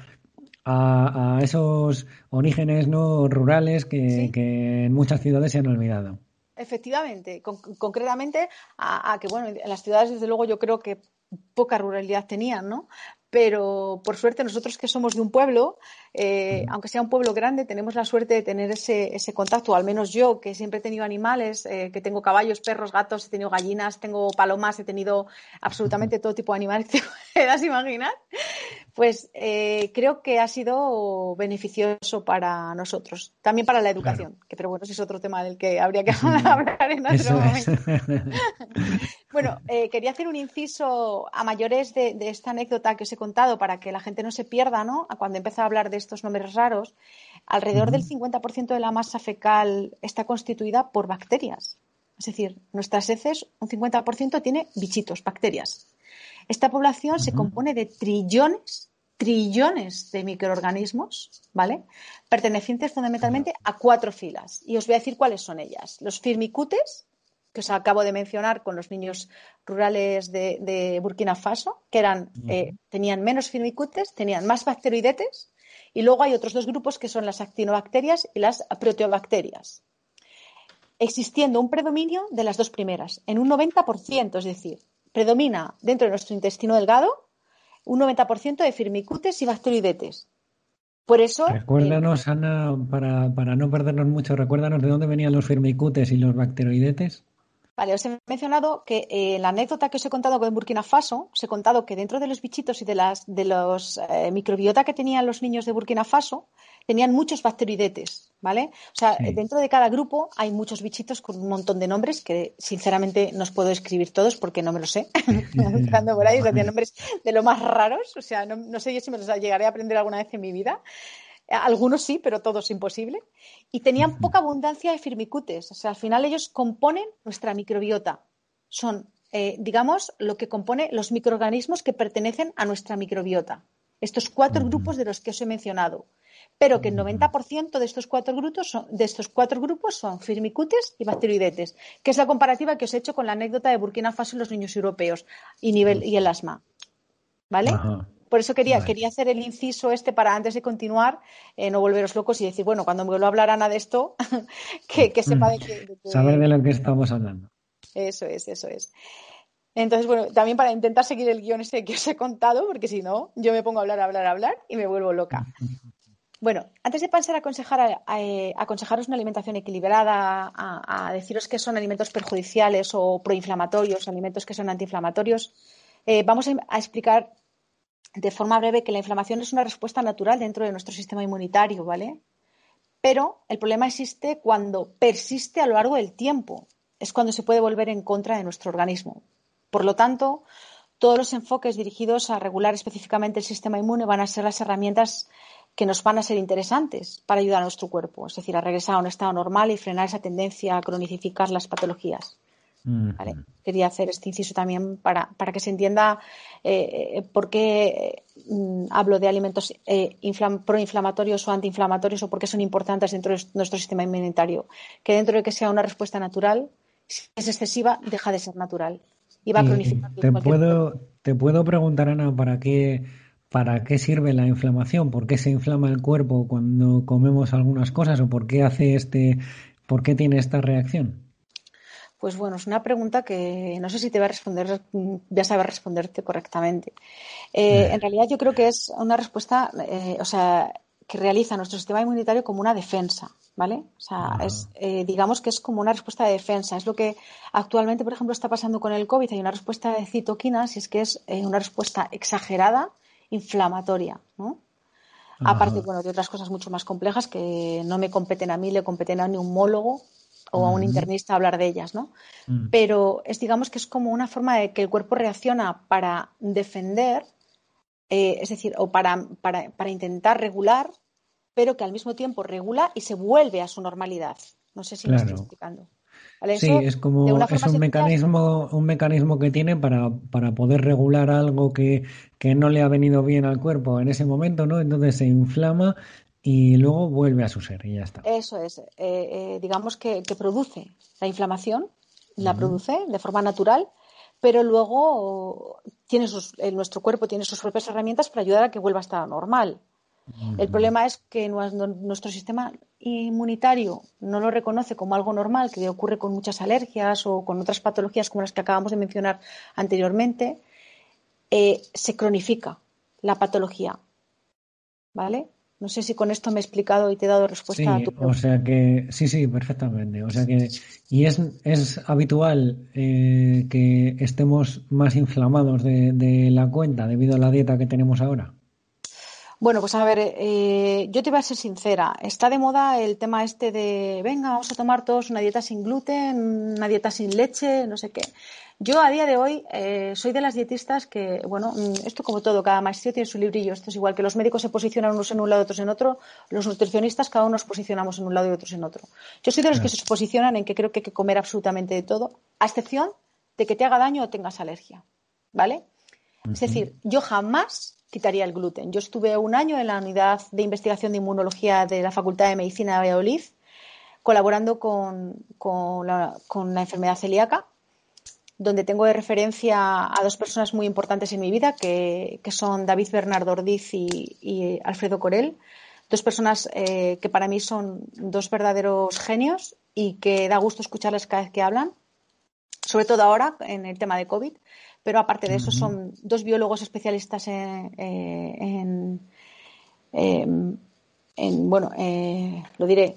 [SPEAKER 3] a esos orígenes no rurales
[SPEAKER 4] Sí,
[SPEAKER 3] que en muchas ciudades se han olvidado.
[SPEAKER 4] efectivamente, concretamente a que, bueno, en las ciudades, desde luego, yo creo que poca ruralidad tenían, ¿no? Pero por suerte, nosotros que somos de un pueblo,
[SPEAKER 3] Ujú.
[SPEAKER 4] aunque sea un pueblo grande, tenemos la suerte de tener ese contacto, al menos yo, que siempre he tenido animales, que tengo caballos, perros, gatos, he tenido gallinas, tengo palomas, he tenido absolutamente todo tipo de animales que te puedas imaginar. Pues creo que ha sido beneficioso para nosotros, también para la
[SPEAKER 3] Claro,
[SPEAKER 4] educación, que pero bueno, ese es otro tema del que habría que
[SPEAKER 3] sí,
[SPEAKER 4] hablar en otro
[SPEAKER 3] eso es.
[SPEAKER 4] momento. Bueno, quería hacer un inciso a mayores de esta anécdota que os he contado para que la gente no se pierda, ¿no? A cuando empieza a hablar de estos nombres raros, alrededor del
[SPEAKER 3] Ujú.
[SPEAKER 4] 50% de la masa fecal está constituida por bacterias. Es decir, nuestras heces, un 50% tiene bichitos, bacterias. Esta población se
[SPEAKER 3] Ujú.
[SPEAKER 4] compone de trillones de microorganismos, ¿vale? Pertenecientes
[SPEAKER 3] Claro.
[SPEAKER 4] fundamentalmente a 4 filas. Y os voy a decir cuáles son ellas. Los firmicutes, que os acabo de mencionar con los niños rurales de Burkina Faso, que
[SPEAKER 3] Ujú.
[SPEAKER 4] tenían menos firmicutes, tenían más bacteroidetes. Y luego hay otros 2 grupos que son las actinobacterias y las proteobacterias, existiendo un predominio de las 2 primeras, en un 90%, es decir, predomina dentro de nuestro intestino delgado un 90% de firmicutes y bacteroidetes. Por eso,
[SPEAKER 3] Recuérdanos, Ana, para no perdernos mucho, recuérdanos de dónde venían los firmicutes y los bacteroidetes.
[SPEAKER 4] vale, os he mencionado que en la anécdota que os he contado con Burkina Faso, os he contado que dentro de los bichitos y de los microbiota que tenían los niños de Burkina Faso, tenían muchos bacteroidetes, ¿vale? O sea,
[SPEAKER 3] Sí.
[SPEAKER 4] dentro de cada grupo hay muchos bichitos con un montón de nombres que sinceramente no os puedo escribir todos porque no me los sé. Ando por ahí, o sea, tienen nombres de lo más raros, o sea, no sé yo si me los llegaré a aprender alguna vez en mi vida. Algunos sí, pero todos imposible. Y tenían poca abundancia de firmicutes. O sea, al final ellos componen nuestra microbiota. Son, digamos, lo que compone los microorganismos que pertenecen a nuestra microbiota. Estos 4 grupos de los que os he mencionado. Pero que el 90% de estos cuatro grupos son firmicutes y bacteroidetes, que es la comparativa que os he hecho con la anécdota de Burkina Faso y los niños europeos y el asma. ¿Vale?
[SPEAKER 3] Ajá.
[SPEAKER 4] Por eso
[SPEAKER 3] Vale.
[SPEAKER 4] quería hacer el inciso este para antes de continuar, no volveros locos y decir, bueno, cuando me vuelva a hablar Ana de esto, que sepa
[SPEAKER 3] Mm.
[SPEAKER 4] de que
[SPEAKER 3] Saber de lo que estamos hablando.
[SPEAKER 4] eso es, eso es. Entonces, bueno, también para intentar seguir el guión ese que os he contado, porque si no, yo me pongo a hablar y me vuelvo loca. Bueno, antes de pasar a aconsejaros una alimentación equilibrada, a deciros que son alimentos perjudiciales o proinflamatorios, alimentos que son antiinflamatorios, vamos a explicar de forma breve que la inflamación es una respuesta natural dentro de nuestro sistema inmunitario, ¿vale? Pero el problema existe cuando persiste a lo largo del tiempo. Es cuando se puede volver en contra de nuestro organismo. Por lo tanto, todos los enfoques dirigidos a regular específicamente el sistema inmune van a ser las herramientas que nos van a ser interesantes para ayudar a nuestro cuerpo, es decir, a regresar a un estado normal y frenar esa tendencia a cronificar las patologías. ¿Vale? Quería hacer este inciso también para que se entienda por qué hablo de alimentos proinflamatorios o antiinflamatorios o por qué son importantes dentro de nuestro sistema inmunitario. Que dentro de que sea una respuesta natural, si es excesiva, deja de ser natural y va a cronificar
[SPEAKER 3] te puedo preguntar, Ana, ¿para qué sirve la inflamación? ¿Por qué se inflama el cuerpo cuando comemos algunas cosas o por por qué tiene esta reacción?
[SPEAKER 4] Pues bueno, es una pregunta que no sé si te va a responder, voy a saber responderte correctamente. En realidad yo creo que es una respuesta, que realiza nuestro sistema inmunitario como una defensa, ¿vale? O sea, digamos que es como una respuesta de defensa. Es lo que actualmente, por ejemplo, está pasando con el COVID. Hay una respuesta de citoquinas y es que es una respuesta exagerada, inflamatoria, ¿no? Aparte, bueno, de otras cosas mucho más complejas que no me competen a mí, le competen a un neumólogo o a un internista hablar de ellas, ¿no? Pero digamos que es como una forma de que el cuerpo reacciona para defender, es decir, o para intentar regular, pero que al mismo tiempo regula y se vuelve a su normalidad. No sé si me estoy explicando. ¿Vale?
[SPEAKER 3] Sí,
[SPEAKER 4] Eso,
[SPEAKER 3] es
[SPEAKER 4] de una
[SPEAKER 3] como, es
[SPEAKER 4] forma sencilla,
[SPEAKER 3] un mecanismo que tiene para poder regular algo que no le ha venido bien al cuerpo en ese momento, ¿no? Entonces se inflama y luego vuelve a su ser y ya está.
[SPEAKER 4] eso es, digamos que produce la inflamación, la produce de forma natural, pero luego nuestro cuerpo tiene sus propias herramientas para ayudar a que vuelva a estar normal. El problema es que nuestro sistema inmunitario no lo reconoce como algo normal, que ocurre con muchas alergias o con otras patologías como las que acabamos de mencionar anteriormente, se cronifica la patología, ¿vale? No sé si con esto me he explicado y te he dado respuesta a
[SPEAKER 3] Sí,
[SPEAKER 4] tu
[SPEAKER 3] o
[SPEAKER 4] pregunta.
[SPEAKER 3] sea que, sí, perfectamente. O sea que, y es habitual que estemos más inflamados de la cuenta debido a la dieta que tenemos ahora.
[SPEAKER 4] Bueno, pues a ver, yo te voy a ser sincera. Está de moda el tema este de, venga, vamos a tomar todos una dieta sin gluten, una dieta sin leche, no sé qué. Yo a día de hoy soy de las dietistas que, bueno, esto como todo, cada maestría tiene su librillo. Esto es igual que los médicos se posicionan unos en un lado, otros en otro. Los nutricionistas cada uno nos posicionamos en un lado y otros en otro. Yo soy de los que se posicionan en que creo que hay que comer absolutamente de todo, a excepción de que te haga daño o tengas alergia, ¿vale? Es decir, yo jamás quitaría el gluten. Yo estuve un año en la unidad de investigación de inmunología de la Facultad de Medicina de Valladolid, colaborando con la enfermedad celíaca, donde tengo de referencia a dos personas muy importantes en mi vida, que son David Bernardo Ordiz y Alfredo Corel, dos personas que para mí son dos verdaderos genios y que da gusto escucharles cada vez que hablan, sobre todo ahora en el tema de COVID. Pero aparte de eso, son dos biólogos especialistas lo diré,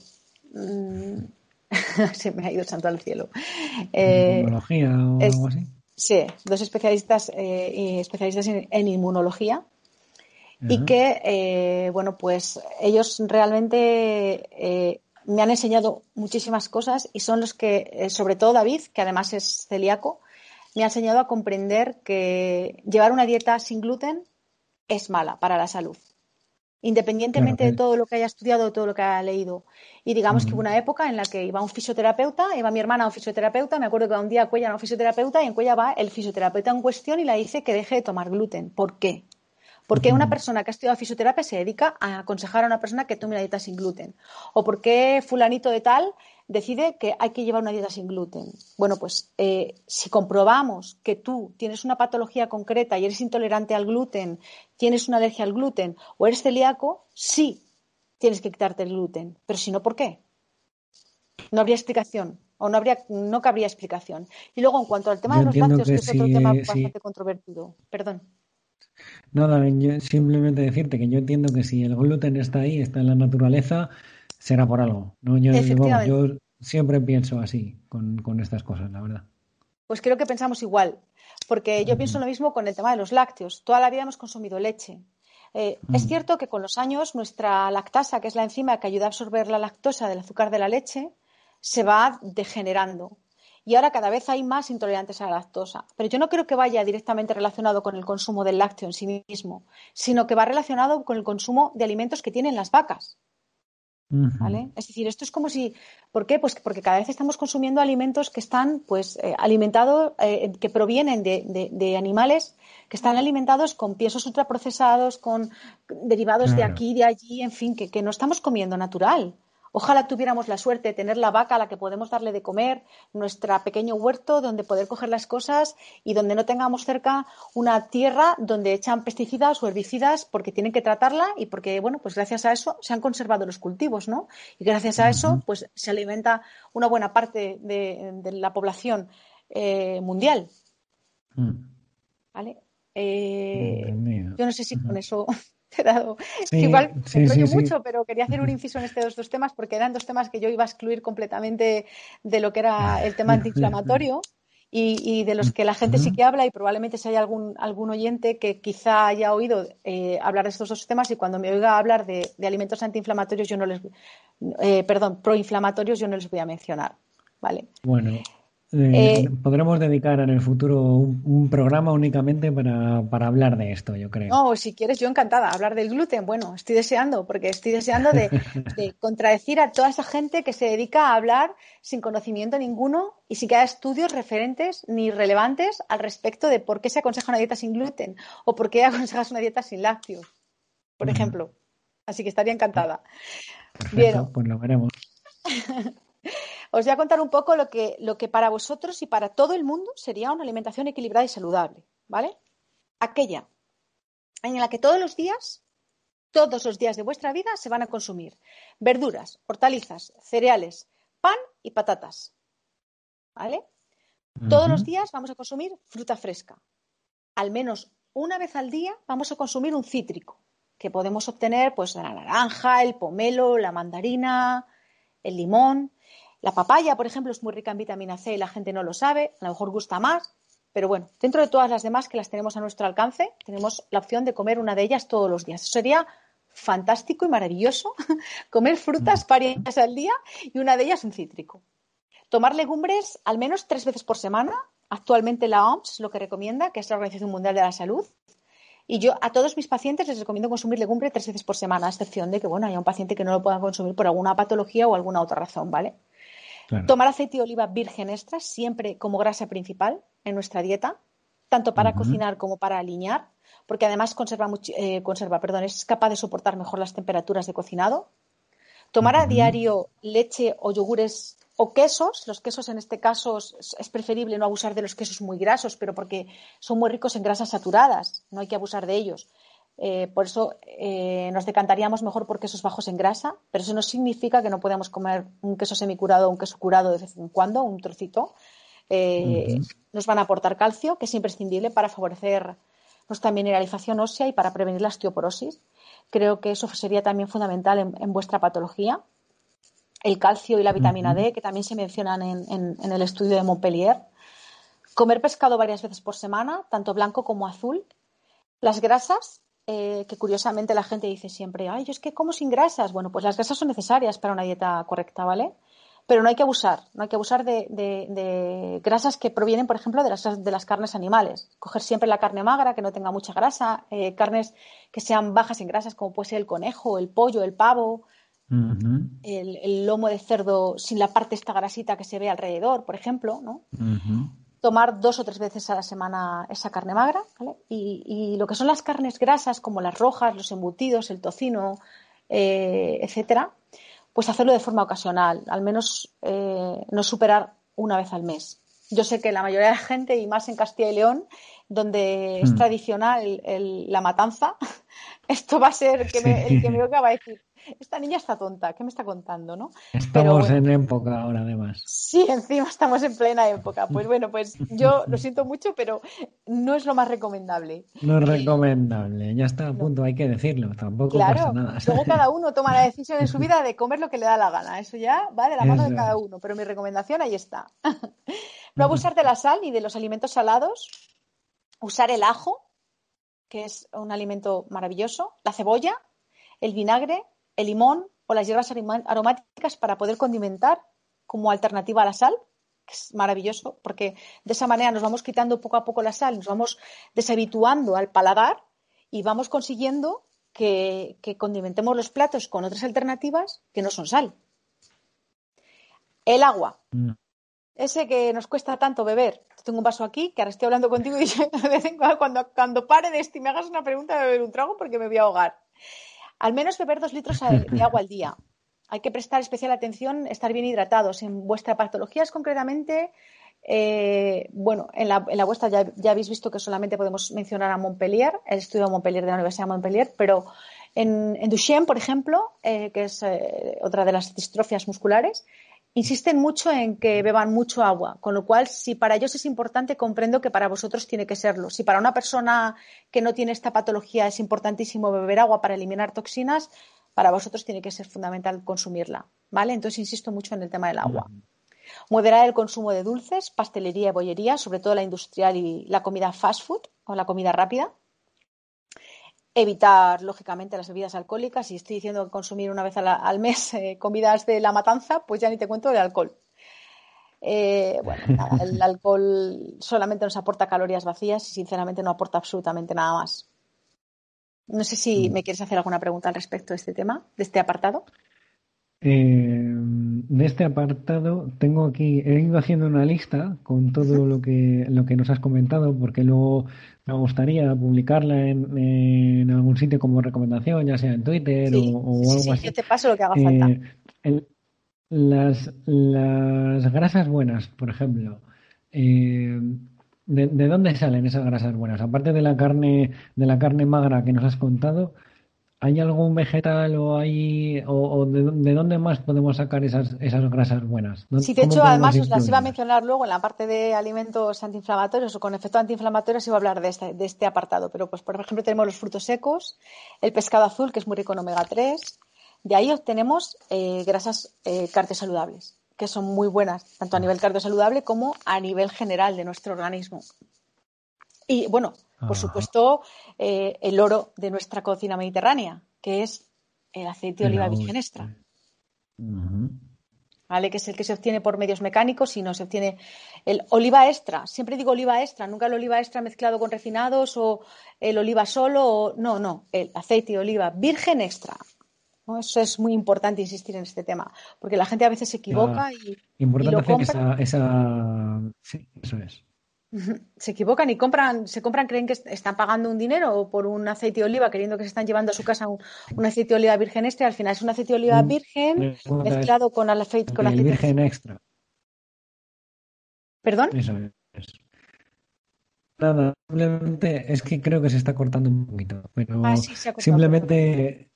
[SPEAKER 4] se me ha ido el santo al cielo.
[SPEAKER 3] ¿Inmunología o algo así?
[SPEAKER 4] Sí, dos especialistas en inmunología y que, pues ellos realmente me han enseñado muchísimas cosas y son los que, sobre todo David, que además es celíaco, me ha enseñado a comprender que llevar una dieta sin gluten es mala para la salud, independientemente de todo lo que haya estudiado, de todo lo que haya leído. Y digamos que hubo una época en la que iba un fisioterapeuta, iba mi hermana a un fisioterapeuta, me acuerdo que un día a Cuella era un fisioterapeuta y en Cuella va el fisioterapeuta en cuestión y le dice que deje de tomar gluten. ¿Por qué? ¿Por qué una persona que ha estudiado fisioterapia se dedica a aconsejar a una persona que tome una dieta sin gluten? ¿O por qué fulanito de tal decide que hay que llevar una dieta sin gluten? Bueno, pues si comprobamos que tú tienes una patología concreta y eres intolerante al gluten, tienes una alergia al gluten o eres celíaco, sí tienes que quitarte el gluten. Pero si no, ¿por qué? No habría explicación. no cabría explicación. Y luego, en cuanto al tema
[SPEAKER 3] Yo
[SPEAKER 4] de los
[SPEAKER 3] entiendo
[SPEAKER 4] lácteos,
[SPEAKER 3] que
[SPEAKER 4] que es otro tema
[SPEAKER 3] si
[SPEAKER 4] bastante controvertido. Perdón.
[SPEAKER 3] nada, yo simplemente decirte que yo entiendo que si el gluten está ahí, está en la naturaleza, será por algo. No, vamos,
[SPEAKER 4] Efectivamente.
[SPEAKER 3] yo siempre pienso así con estas cosas, la verdad.
[SPEAKER 4] Pues creo que pensamos igual, porque yo pienso
[SPEAKER 3] Ujú,
[SPEAKER 4] lo mismo con el tema de los lácteos. Toda la vida hemos consumido leche. Es
[SPEAKER 3] mm,
[SPEAKER 4] cierto que con los años nuestra lactasa, que es la enzima que ayuda a absorber la lactosa del azúcar de la leche, se va degenerando. Y ahora cada vez hay más intolerantes a la lactosa. Pero yo no creo que vaya directamente relacionado con el consumo del lácteo en sí mismo, sino que va relacionado con el consumo de alimentos que tienen las vacas.
[SPEAKER 3] ujú,
[SPEAKER 4] ¿Vale? Es decir, esto es como si, ¿por qué? Pues porque cada vez estamos consumiendo alimentos que están, pues, alimentados, que provienen de animales que están alimentados con piensos ultraprocesados, con derivados de
[SPEAKER 3] claro.
[SPEAKER 4] aquí y de allí, en fin, que no estamos comiendo natural. Ojalá tuviéramos la suerte de tener la vaca a la que podemos darle de comer, nuestro pequeño huerto donde poder coger las cosas y donde no tengamos cerca una tierra donde echan pesticidas o herbicidas porque tienen que tratarla y porque, bueno, pues gracias a eso se han conservado los cultivos, ¿no? Y gracias a eso,
[SPEAKER 3] Ujú,
[SPEAKER 4] pues se alimenta una buena parte de la población mundial,
[SPEAKER 3] mm,
[SPEAKER 4] ¿vale?
[SPEAKER 3] entendido.
[SPEAKER 4] Yo no sé si con
[SPEAKER 3] Ujú.
[SPEAKER 4] eso te he dado. Es que
[SPEAKER 3] Sí,
[SPEAKER 4] igual me
[SPEAKER 3] sí, sí,
[SPEAKER 4] enrollo
[SPEAKER 3] sí.
[SPEAKER 4] mucho, pero quería hacer un inciso en estos dos temas porque eran dos temas que yo iba a excluir completamente de lo que era el tema antiinflamatorio y de los que la gente sí
[SPEAKER 3] Ujú.
[SPEAKER 4] que habla y probablemente si hay algún oyente que quizá haya oído hablar de estos dos temas y cuando me oiga hablar de alimentos antiinflamatorios, yo no les, perdón, proinflamatorios, yo no les voy a mencionar, ¿vale?
[SPEAKER 3] Bueno,
[SPEAKER 4] Eh,
[SPEAKER 3] podremos dedicar en el futuro un programa únicamente para hablar de esto, yo creo.
[SPEAKER 4] No, si quieres, yo encantada. Hablar del gluten, bueno, estoy deseando, porque estoy deseando de contradecir a toda esa gente que se dedica a hablar sin conocimiento ninguno y sin que haya estudios referentes ni relevantes al respecto de por qué se aconseja una dieta sin gluten o por qué aconsejas una dieta sin lácteos, por
[SPEAKER 3] Ujú.
[SPEAKER 4] ejemplo. Así que estaría encantada. Bien,
[SPEAKER 3] Perfecto, pues lo veremos.
[SPEAKER 4] os voy a contar un poco lo que para vosotros y para todo el mundo sería una alimentación equilibrada y saludable, ¿vale? Aquella en la que todos los días de vuestra vida se van a consumir verduras, hortalizas, cereales, pan y patatas. ¿Vale? Todos los
[SPEAKER 3] Ujú,
[SPEAKER 4] días vamos a consumir fruta fresca. Al menos una vez al día vamos a consumir un cítrico, que podemos obtener pues de la naranja, el pomelo, la mandarina, el limón. La papaya, por ejemplo, es muy rica en vitamina C y la gente no lo sabe, a lo mejor gusta más, pero bueno, dentro de todas las demás que las tenemos a nuestro alcance, tenemos la opción de comer una de ellas todos los días. Eso sería fantástico y maravilloso, comer frutas
[SPEAKER 3] ujú,
[SPEAKER 4] varias al día y una de ellas un cítrico. Tomar legumbres al menos 3 veces por semana. Actualmente la OMS lo que recomienda, que es la Organización Mundial de la Salud. Y yo a todos mis pacientes les recomiendo consumir legumbre 3 veces por semana, a excepción de que, bueno, haya un paciente que no lo pueda consumir por alguna patología o alguna otra razón, ¿vale?
[SPEAKER 3] claro.
[SPEAKER 4] Tomar aceite de oliva virgen extra siempre como grasa principal en nuestra dieta, tanto para
[SPEAKER 3] Ujú,
[SPEAKER 4] cocinar como para aliñar, porque además es capaz de soportar mejor las temperaturas de cocinado. Tomar a
[SPEAKER 3] ujú,
[SPEAKER 4] diario leche o yogures o quesos. Los quesos en este caso es preferible no abusar de los quesos muy grasos, pero porque son muy ricos en grasas saturadas, no hay que abusar de ellos. Por eso nos decantaríamos mejor por quesos bajos en grasa, pero eso no significa que no podamos comer un queso semicurado o un queso curado de vez en cuando, un trocito.
[SPEAKER 3] ujú,
[SPEAKER 4] Nos van a aportar calcio, que es imprescindible para favorecer nuestra mineralización ósea y para prevenir la osteoporosis. Creo que eso sería también fundamental en vuestra patología. El calcio y la vitamina
[SPEAKER 3] ujú.
[SPEAKER 4] D, que también se mencionan en el estudio de Montpellier. Comer pescado varias veces por semana, tanto blanco como azul. Las grasas, que curiosamente la gente dice siempre, ay, yo es que como sin grasas. Bueno, pues las grasas son necesarias para una dieta correcta, ¿vale? Pero no hay que abusar, no hay que abusar de grasas que provienen, por ejemplo, de las carnes animales. Coger siempre la carne magra, que no tenga mucha grasa, carnes que sean bajas en grasas, como puede ser el conejo, el pollo, el pavo,
[SPEAKER 3] Ujú,
[SPEAKER 4] el lomo de cerdo sin la parte esta grasita que se ve alrededor, por ejemplo, ¿no?
[SPEAKER 3] ujú,
[SPEAKER 4] Tomar 2 o 3 veces a la semana esa carne magra, ¿vale? Y lo que son las carnes grasas, como las rojas, los embutidos, el tocino, etcétera, pues hacerlo de forma ocasional, al menos no superar una vez al mes. Yo sé que la mayoría de la gente, y más en Castilla y León, donde es
[SPEAKER 3] mm.
[SPEAKER 4] tradicional la matanza, Esto va a ser
[SPEAKER 3] Sí,
[SPEAKER 4] el que me oiga va a decir, esta niña está tonta, ¿qué me está contando, no? Pero
[SPEAKER 3] estamos
[SPEAKER 4] bueno,
[SPEAKER 3] en época ahora además.
[SPEAKER 4] sí, encima estamos en plena época. Pues bueno, pues yo lo siento mucho, pero no es lo más recomendable.
[SPEAKER 3] No es
[SPEAKER 4] Eh,
[SPEAKER 3] recomendable, ya está a
[SPEAKER 4] no,
[SPEAKER 3] punto, hay que decirlo, tampoco pasa
[SPEAKER 4] claro,
[SPEAKER 3] nada.
[SPEAKER 4] luego cada uno toma la decisión en su vida de comer lo que le da la gana. Eso ya va de la mano de
[SPEAKER 3] Eso
[SPEAKER 4] cada
[SPEAKER 3] es.
[SPEAKER 4] uno, pero mi recomendación ahí está. No abusar de la sal ni de los alimentos salados. Usar el ajo, que es un alimento maravilloso, la cebolla, el vinagre, el limón o las hierbas aromáticas para poder condimentar como alternativa a la sal, que es maravilloso, porque de esa manera nos vamos quitando poco a poco la sal, nos vamos deshabituando al paladar y vamos consiguiendo que condimentemos los platos con otras alternativas que no son sal. El agua.
[SPEAKER 3] Mm.
[SPEAKER 4] Ese que nos cuesta tanto beber. Tengo un vaso aquí, que ahora estoy hablando contigo y de vez en cuando pare de esto y me hagas una pregunta de beber un trago porque me voy a ahogar. Al menos beber 2 litros de agua al día. Hay que prestar especial atención, estar bien hidratados. En vuestra patología es concretamente, bueno, en la vuestra ya habéis visto que solamente podemos mencionar a Montpellier, el estudio de Montpellier, de la Universidad de Montpellier, pero en Duchenne, por ejemplo, que es otra de las distrofias musculares, insisten mucho en que beban mucho agua, con lo cual, si para ellos es importante, comprendo que para vosotros tiene que serlo. Si para una persona que no tiene esta patología es importantísimo beber agua para eliminar toxinas, para vosotros tiene que ser fundamental consumirla, ¿vale? Entonces insisto mucho en el tema del agua. Moderar el consumo de dulces, pastelería y bollería, sobre todo la industrial y la comida fast food o la comida rápida. Evitar, lógicamente, las bebidas alcohólicas. Si estoy diciendo que consumir una vez al mes comidas de la matanza, pues ya ni te cuento de alcohol. Bueno, nada, el alcohol solamente nos aporta calorías vacías y sinceramente no aporta absolutamente nada más. No sé si me quieres hacer alguna pregunta al respecto de este tema, de este apartado.
[SPEAKER 3] De este apartado tengo aquí, he ido haciendo una lista con todo lo que nos has comentado, porque luego me gustaría publicarla en algún sitio como recomendación, ya sea en Twitter
[SPEAKER 4] Sí, sí,
[SPEAKER 3] o
[SPEAKER 4] sí,
[SPEAKER 3] algo
[SPEAKER 4] sí, yo
[SPEAKER 3] así.
[SPEAKER 4] te paso lo que haga falta.
[SPEAKER 3] Eh, el- las grasas buenas, por ejemplo, eh, de dónde salen esas grasas buenas? Aparte de la carne magra que nos has contado, ¿hay algún vegetal o de dónde más podemos sacar esas grasas buenas?
[SPEAKER 4] Sí, de
[SPEAKER 3] ¿Cómo
[SPEAKER 4] hecho,
[SPEAKER 3] podemos
[SPEAKER 4] además os las iba a
[SPEAKER 3] incluirlas?
[SPEAKER 4] mencionar luego en la parte de alimentos antiinflamatorios o con efecto antiinflamatorio, se iba a hablar de este apartado. Pero, pues, por ejemplo, tenemos los frutos secos, el pescado azul, que es muy rico en omega 3. De ahí obtenemos grasas cardiosaludables, que son muy buenas, tanto a nivel cardiosaludable como a nivel general de nuestro organismo. Y, bueno, por
[SPEAKER 3] Ajá,
[SPEAKER 4] supuesto, el oro de nuestra cocina mediterránea, que es el aceite de
[SPEAKER 3] el
[SPEAKER 4] oliva
[SPEAKER 3] agua.
[SPEAKER 4] virgen extra.
[SPEAKER 3] Ujú.
[SPEAKER 4] ¿Vale? Que es el que se obtiene por medios mecánicos y no se obtiene el oliva extra. Siempre digo oliva extra, nunca el oliva extra mezclado con refinados o el oliva solo. No, el aceite de oliva virgen extra. ¿No? Eso es muy importante insistir en este tema, porque la gente a veces se
[SPEAKER 3] Ya,
[SPEAKER 4] equivoca y
[SPEAKER 3] importante
[SPEAKER 4] lo
[SPEAKER 3] hacer
[SPEAKER 4] compra.
[SPEAKER 3] sí, eso es.
[SPEAKER 4] Se equivocan y compran, creen que están pagando un dinero por un aceite de oliva, creyendo que se están llevando a su casa un aceite de oliva virgen extra. Al final es un aceite de oliva
[SPEAKER 3] Mi
[SPEAKER 4] virgen
[SPEAKER 3] pregunta es,
[SPEAKER 4] mezclado con
[SPEAKER 3] el
[SPEAKER 4] aceite.
[SPEAKER 3] virgen extra,
[SPEAKER 4] ¿Perdón?
[SPEAKER 3] eso es. Nada, simplemente es que creo que se está cortando un poquito,
[SPEAKER 4] Ah,
[SPEAKER 3] pero
[SPEAKER 4] sí, se ha cortado, perdón.
[SPEAKER 3] simplemente,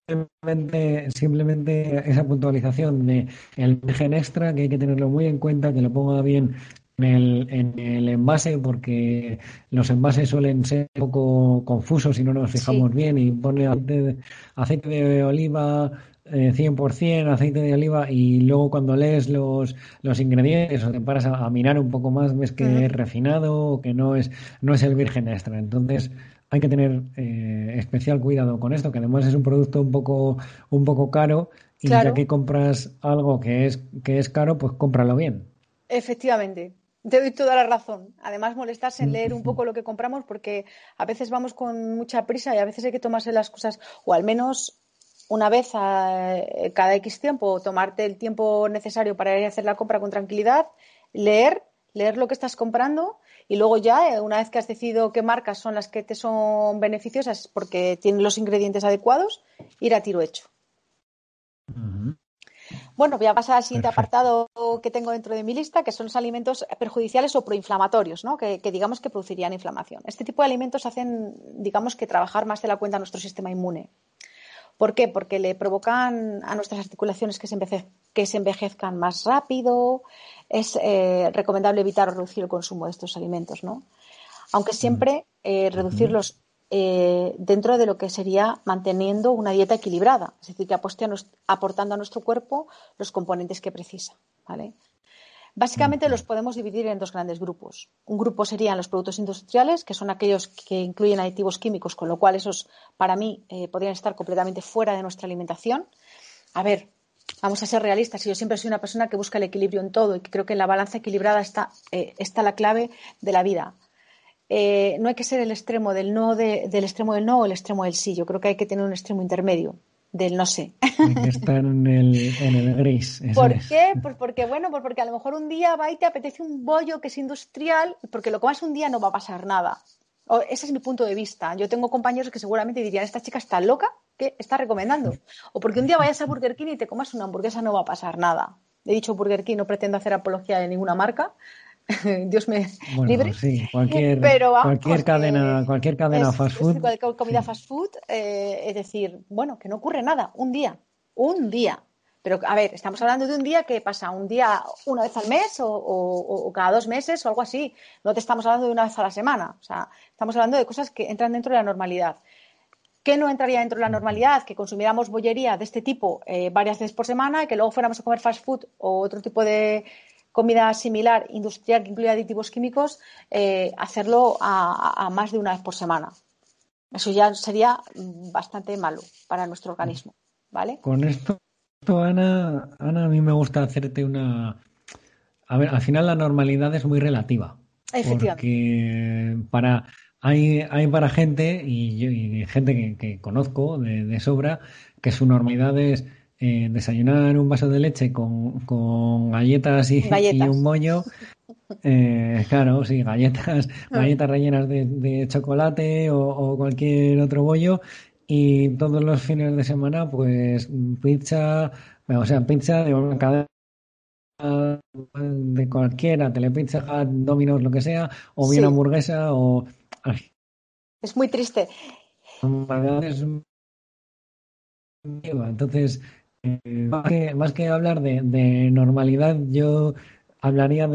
[SPEAKER 3] simplemente esa puntualización de el virgen extra, que hay que tenerlo muy en cuenta, que lo ponga bien en el envase, porque los envases suelen ser un poco confusos si no nos
[SPEAKER 4] Sí.
[SPEAKER 3] fijamos bien y pone aceite de oliva 100%, aceite de oliva, y luego cuando lees los ingredientes o te paras a mirar un poco más, ves que
[SPEAKER 4] Ujú.
[SPEAKER 3] es refinado o que no es el virgen extra. Entonces hay que tener especial cuidado con esto, que además es un producto un poco caro, y ya
[SPEAKER 4] Claro,
[SPEAKER 3] que compras algo que es caro, pues cómpralo bien.
[SPEAKER 4] efectivamente. Te doy toda la razón. Además, molestarse en leer un poco lo que compramos porque a veces vamos con mucha prisa y a veces hay que tomarse las cosas, o al menos una vez cada X tiempo, tomarte el tiempo necesario para ir a hacer la compra con tranquilidad, leer, leer lo que estás comprando y luego ya, una vez que has decidido qué marcas son las que te son beneficiosas porque tienen los ingredientes adecuados, ir a tiro hecho.
[SPEAKER 3] Ujú.
[SPEAKER 4] Bueno, voy a pasar al siguiente
[SPEAKER 3] Perfecto.
[SPEAKER 4] apartado que tengo dentro de mi lista, que son los alimentos perjudiciales o proinflamatorios, ¿no? Que digamos que producirían inflamación. Este tipo de alimentos hacen, digamos que trabajar más de la cuenta a nuestro sistema inmune. ¿Por qué? Porque le provocan a nuestras articulaciones que se envejezcan más rápido. Es recomendable evitar o reducir el consumo de estos alimentos, ¿no? Aunque siempre
[SPEAKER 3] Ujú.
[SPEAKER 4] reducirlos dentro de lo que sería manteniendo una dieta equilibrada, es decir, que aportando a nuestro cuerpo los componentes que precisa, ¿vale? Básicamente los podemos dividir en dos grandes grupos. Un grupo serían los productos industriales, que son aquellos que incluyen aditivos químicos, con lo cual esos, para mí, podrían estar completamente fuera de nuestra alimentación. A ver, vamos a ser realistas. Yo siempre soy una persona que busca el equilibrio en todo y que creo que en la balanza equilibrada está la clave de la vida. No hay que ser el extremo del no del extremo del no o el extremo del sí. Yo creo que hay que tener un extremo intermedio del no sé.
[SPEAKER 3] Hay que estar en el gris, eso
[SPEAKER 4] ¿Por
[SPEAKER 3] es.
[SPEAKER 4] qué? Pues porque, bueno, pues porque a lo mejor un día va y te apetece un bollo que es industrial, porque lo comas un día no va a pasar nada. Ese es mi punto de vista. Yo tengo compañeros que seguramente dirían, esta chica está loca, ¿qué está recomendando? O porque un día vayas a Burger King y te comas una hamburguesa, no va a pasar nada. He dicho Burger King, no pretendo hacer apología de ninguna marca, Dios me
[SPEAKER 3] Bueno,
[SPEAKER 4] libre,
[SPEAKER 3] sí, cualquier,
[SPEAKER 4] pero
[SPEAKER 3] cualquier
[SPEAKER 4] vamos,
[SPEAKER 3] cadena, cualquier cadena fast
[SPEAKER 4] es
[SPEAKER 3] food,
[SPEAKER 4] cualquier comida
[SPEAKER 3] sí.
[SPEAKER 4] fast food, es decir, bueno, que no ocurre nada, un día. Pero, a ver, estamos hablando de un día que pasa un día una vez al mes o cada 2 meses o algo así. No te estamos hablando de una vez a la semana. O sea, estamos hablando de cosas que entran dentro de la normalidad. ¿Qué no entraría dentro de la normalidad? Que consumiéramos bollería de este tipo varias veces por semana y que luego fuéramos a comer fast food o otro tipo de comida similar, industrial, que incluye aditivos químicos, hacerlo a más de una vez por semana. Eso ya sería bastante malo para nuestro organismo, ¿vale?
[SPEAKER 3] Con esto, Ana, a mí me gusta hacerte una... A ver, al final la normalidad es muy relativa,
[SPEAKER 4] Efectivamente.
[SPEAKER 3] porque hay para gente, y gente que conozco de sobra, que su normalidad es desayunar un vaso de leche con galletas y un
[SPEAKER 4] Galletas.
[SPEAKER 3] bollo. Claro, sí, galletas rellenas de chocolate o cualquier otro bollo. Y todos los fines de semana, pues pizza, bueno, o sea, pizza de una cadena de cualquiera, Telepizza, Hut, Domino's, lo que sea, o bien
[SPEAKER 4] Sí,
[SPEAKER 3] hamburguesa, o al
[SPEAKER 4] es muy triste.
[SPEAKER 3] final es entonces, más que hablar de normalidad, yo hablaría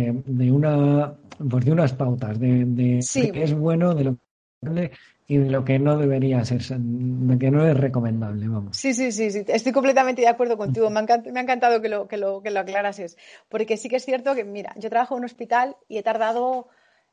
[SPEAKER 3] pues de unas pautas, de lo
[SPEAKER 4] Sí,
[SPEAKER 3] que es bueno, de lo que y de lo que no debería ser, de que no es recomendable, vamos.
[SPEAKER 4] sí, sí, sí, sí. Estoy completamente de acuerdo contigo. Me ha encantado que lo aclarases. Porque sí que es cierto que, mira, yo trabajo en un hospital y he tardado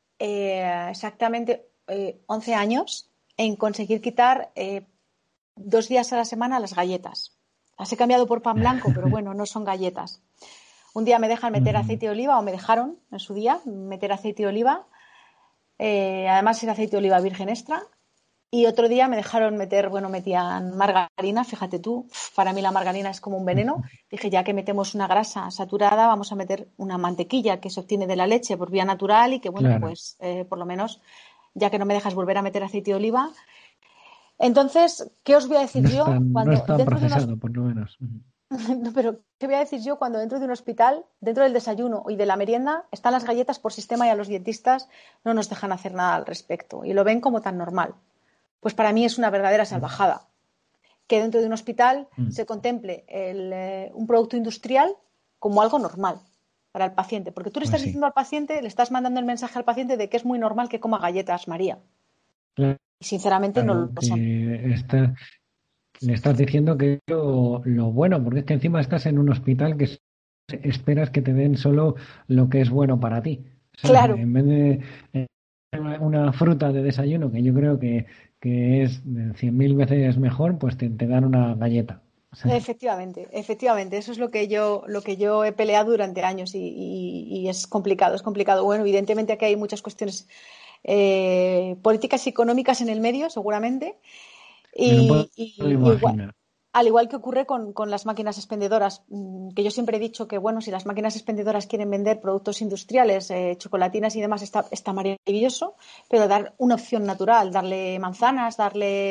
[SPEAKER 4] exactamente 11 años en conseguir quitar 2 días a la semana las galletas. Las he cambiado por pan blanco, pero bueno, no son galletas. Un día me dejan meter
[SPEAKER 3] Ujú.
[SPEAKER 4] aceite de oliva, o me dejaron en su día meter aceite de oliva. Además es aceite de oliva virgen extra. Y otro día me dejaron meter, bueno, metían margarina, fíjate tú, para mí la margarina es como un veneno. Dije, ya que metemos una grasa saturada, vamos a meter una mantequilla que se obtiene de la leche por vía natural y que, bueno,
[SPEAKER 3] Claro,
[SPEAKER 4] pues por lo menos, ya que no me dejas volver a meter aceite de oliva. Entonces, ¿qué os voy a decir
[SPEAKER 3] no es
[SPEAKER 4] yo
[SPEAKER 3] tan, no
[SPEAKER 4] cuando
[SPEAKER 3] es tan
[SPEAKER 4] dentro de unos...
[SPEAKER 3] procesado, por lo menos. Ujú.
[SPEAKER 4] No, pero, ¿qué voy a decir yo cuando dentro de un hospital, dentro del desayuno y de la merienda, están las galletas por sistema y a los dietistas no nos dejan hacer nada al respecto y lo ven como tan normal? Pues para mí es una verdadera salvajada que dentro de un hospital
[SPEAKER 3] Mm.
[SPEAKER 4] se contemple un producto industrial como algo normal para el paciente. Porque tú le
[SPEAKER 3] Pues
[SPEAKER 4] estás
[SPEAKER 3] sí,
[SPEAKER 4] diciendo al paciente, le estás mandando el mensaje al paciente de que es muy normal que coma galletas María. Y sinceramente no
[SPEAKER 3] claro,
[SPEAKER 4] lo son.
[SPEAKER 3] que le estás diciendo que es lo bueno, porque es que encima estás en un hospital que esperas que te den solo lo que es bueno para ti. ¿Sabes?
[SPEAKER 4] Claro,
[SPEAKER 3] En vez de una fruta de desayuno, que yo creo que es 100.000 veces mejor, pues te dan una galleta. O sea,
[SPEAKER 4] efectivamente, efectivamente. Eso es lo que yo he peleado durante años y es complicado, es complicado. Bueno, evidentemente aquí hay muchas cuestiones políticas y económicas en el medio, seguramente.
[SPEAKER 3] me lo puedo
[SPEAKER 4] Igual,
[SPEAKER 3] imaginar.
[SPEAKER 4] al igual que ocurre con las máquinas expendedoras, que yo siempre he dicho que, bueno, si las máquinas expendedoras quieren vender productos industriales, chocolatinas y demás, está maravilloso, pero dar una opción natural, darle manzanas, darle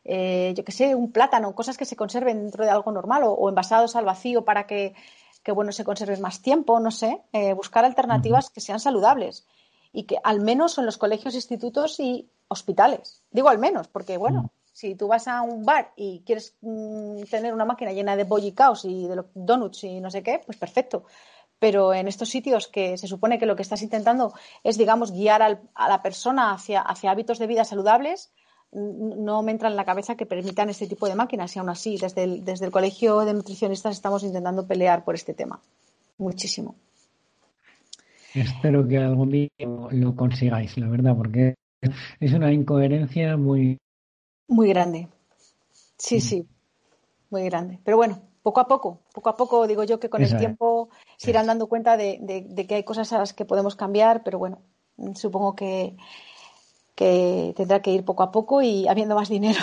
[SPEAKER 4] yo qué sé, un plátano, cosas que se conserven dentro de algo normal o envasados al vacío para que bueno, se conserven más tiempo, no sé, buscar alternativas que sean saludables y que al menos en los colegios, institutos y hospitales. Digo al menos, porque bueno, si tú vas a un bar y quieres tener una máquina llena de bollicaos y de donuts y no sé qué, pues perfecto. Pero en estos sitios que se supone que lo que estás intentando es, digamos, guiar a la persona hacia hábitos de vida saludables, no me entra en la cabeza que permitan este tipo de máquinas y aún así, desde el Colegio de Nutricionistas estamos intentando pelear por este tema. Muchísimo.
[SPEAKER 3] Espero que algún día lo consigáis, la verdad, porque es una incoherencia muy...
[SPEAKER 4] Muy grande. Sí, sí, muy grande. Pero bueno, poco a poco, digo yo que con el
[SPEAKER 3] Eso es.
[SPEAKER 4] tiempo se irán dando cuenta de que hay cosas a las que podemos cambiar, pero bueno, supongo que tendrá que ir poco a poco y habiendo más dinero.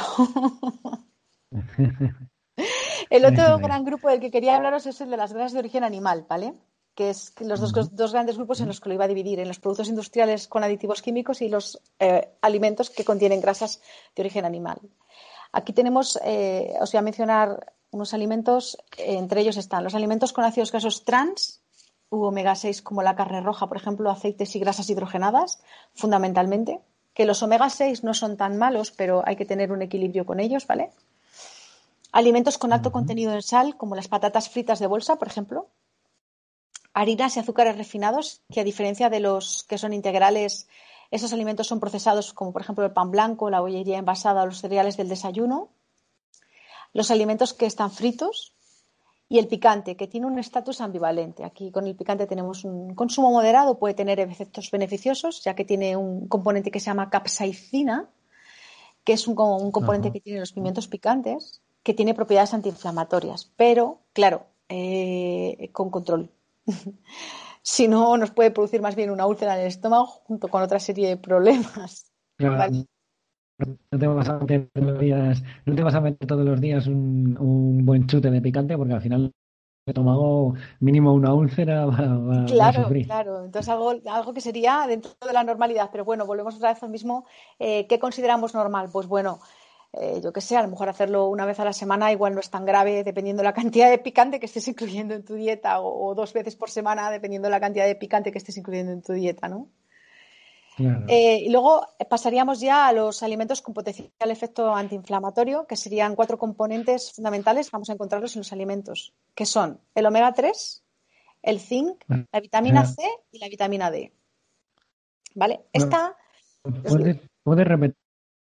[SPEAKER 4] El
[SPEAKER 3] Eso
[SPEAKER 4] otro
[SPEAKER 3] es.
[SPEAKER 4] gran grupo del que quería hablaros es el de las grasas de origen animal, ¿vale? Que es los dos grandes grupos en los que lo iba a dividir, en los productos industriales con aditivos químicos y los alimentos que contienen grasas de origen animal. Aquí tenemos, os voy a mencionar unos alimentos, entre ellos están los alimentos con ácidos grasos trans u omega 6 como la carne roja, por ejemplo, aceites y grasas hidrogenadas, fundamentalmente, que los omega 6 no son tan malos, pero hay que tener un equilibrio con ellos, ¿vale? Alimentos con alto contenido en sal, como las patatas fritas de bolsa, por ejemplo. Harinas y azúcares refinados, que a diferencia de los que son integrales, esos alimentos son procesados, como por ejemplo el pan blanco, la bollería envasada o los cereales del desayuno. Los alimentos que están fritos y el picante, que tiene un estatus ambivalente. Aquí con el picante tenemos un consumo moderado, puede tener efectos beneficiosos, ya que tiene un componente que se llama capsaicina, que es un componente
[SPEAKER 3] Ajá.
[SPEAKER 4] que tienen los pimientos picantes, que tiene propiedades antiinflamatorias, pero, claro, con control. Si no, nos puede producir más bien una úlcera en el estómago junto con otra serie de problemas. ¿Vale?
[SPEAKER 3] Claro, no te vas a meter todos los días, no te vas a meter todos los días un buen chute de picante porque al final el estómago mínimo una úlcera va a
[SPEAKER 4] Claro,
[SPEAKER 3] sufrir.
[SPEAKER 4] claro. Entonces algo que sería dentro de la normalidad. Pero bueno, volvemos otra vez al mismo. ¿Qué consideramos normal? Pues bueno, yo qué sé, a lo mejor hacerlo una vez a la semana igual no es tan grave dependiendo de la cantidad de picante que estés incluyendo en tu dieta o dos veces por semana dependiendo de la cantidad de picante que estés incluyendo en tu dieta, ¿no?
[SPEAKER 3] Claro.
[SPEAKER 4] Y luego pasaríamos ya a los alimentos con potencial efecto antiinflamatorio, que serían 4 componentes fundamentales, vamos a encontrarlos en los alimentos, que son el omega 3, el zinc, la
[SPEAKER 3] O
[SPEAKER 4] vitamina
[SPEAKER 3] sea,
[SPEAKER 4] C y la vitamina D. ¿Vale?
[SPEAKER 3] bueno,
[SPEAKER 4] Esta
[SPEAKER 3] puedes repetir.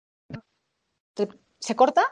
[SPEAKER 4] se corta,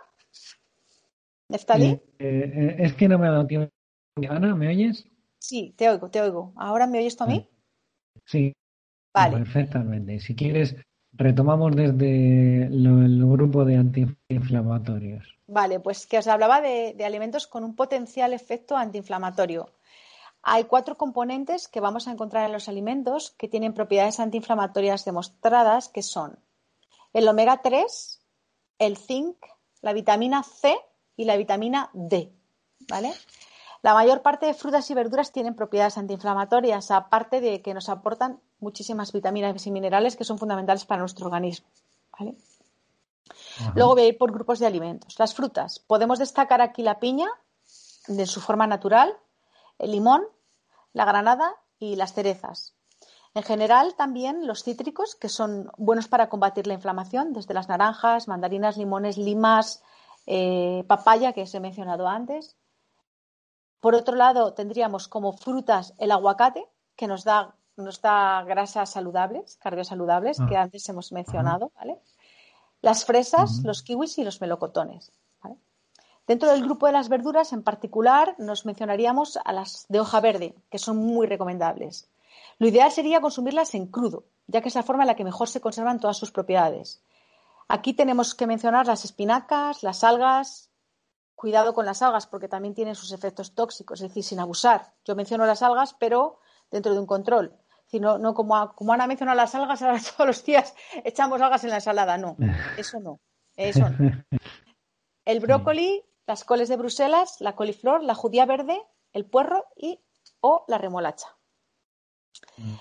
[SPEAKER 4] Neftalí.
[SPEAKER 3] Es que no me ha dado tiempo. Ana, ¿me oyes?
[SPEAKER 4] Sí, te oigo, te oigo. ¿Ahora me oyes tú a
[SPEAKER 3] Ah,
[SPEAKER 4] mí?
[SPEAKER 3] sí,
[SPEAKER 4] Vale,
[SPEAKER 3] perfectamente. Si quieres, retomamos desde el grupo de antiinflamatorios.
[SPEAKER 4] vale, pues que os hablaba de alimentos con un potencial efecto antiinflamatorio. Hay 4 componentes que vamos a encontrar en los alimentos que tienen propiedades antiinflamatorias demostradas, que son el omega 3, el zinc, la vitamina C y la vitamina D. ¿Vale? La mayor parte de frutas y verduras tienen propiedades antiinflamatorias, aparte de que nos aportan muchísimas vitaminas y minerales que son fundamentales para nuestro organismo. ¿Vale?
[SPEAKER 3] Ajá.
[SPEAKER 4] Luego voy a ir por grupos de alimentos. Las frutas. Podemos destacar aquí la piña, de su forma natural, el limón, la granada y las cerezas. En general, también los cítricos, que son buenos para combatir la inflamación, desde las naranjas, mandarinas, limones, limas, papaya, que os he mencionado antes. Por otro lado, tendríamos como frutas el aguacate, que nos da grasas saludables, cardiosaludables, que
[SPEAKER 3] Ah,
[SPEAKER 4] antes hemos
[SPEAKER 3] ajá.
[SPEAKER 4] mencionado, ¿vale? Las fresas,
[SPEAKER 3] Ujú.
[SPEAKER 4] los kiwis y los melocotones, ¿vale? Dentro del grupo de las verduras, en particular, nos mencionaríamos a las de hoja verde, que son muy recomendables. Lo ideal sería consumirlas en crudo, ya que es la forma en la que mejor se conservan todas sus propiedades. Aquí tenemos que mencionar las espinacas, las algas. Cuidado con las algas porque también tienen sus efectos tóxicos, es decir, sin abusar. Yo menciono las algas, pero dentro de un control. Si no, no como Ana menciona las algas, ahora todos los días echamos algas en la ensalada. No, eso no, eso no. El
[SPEAKER 3] Sí.
[SPEAKER 4] brócoli, las coles de Bruselas, la coliflor, la judía verde, el puerro o la remolacha.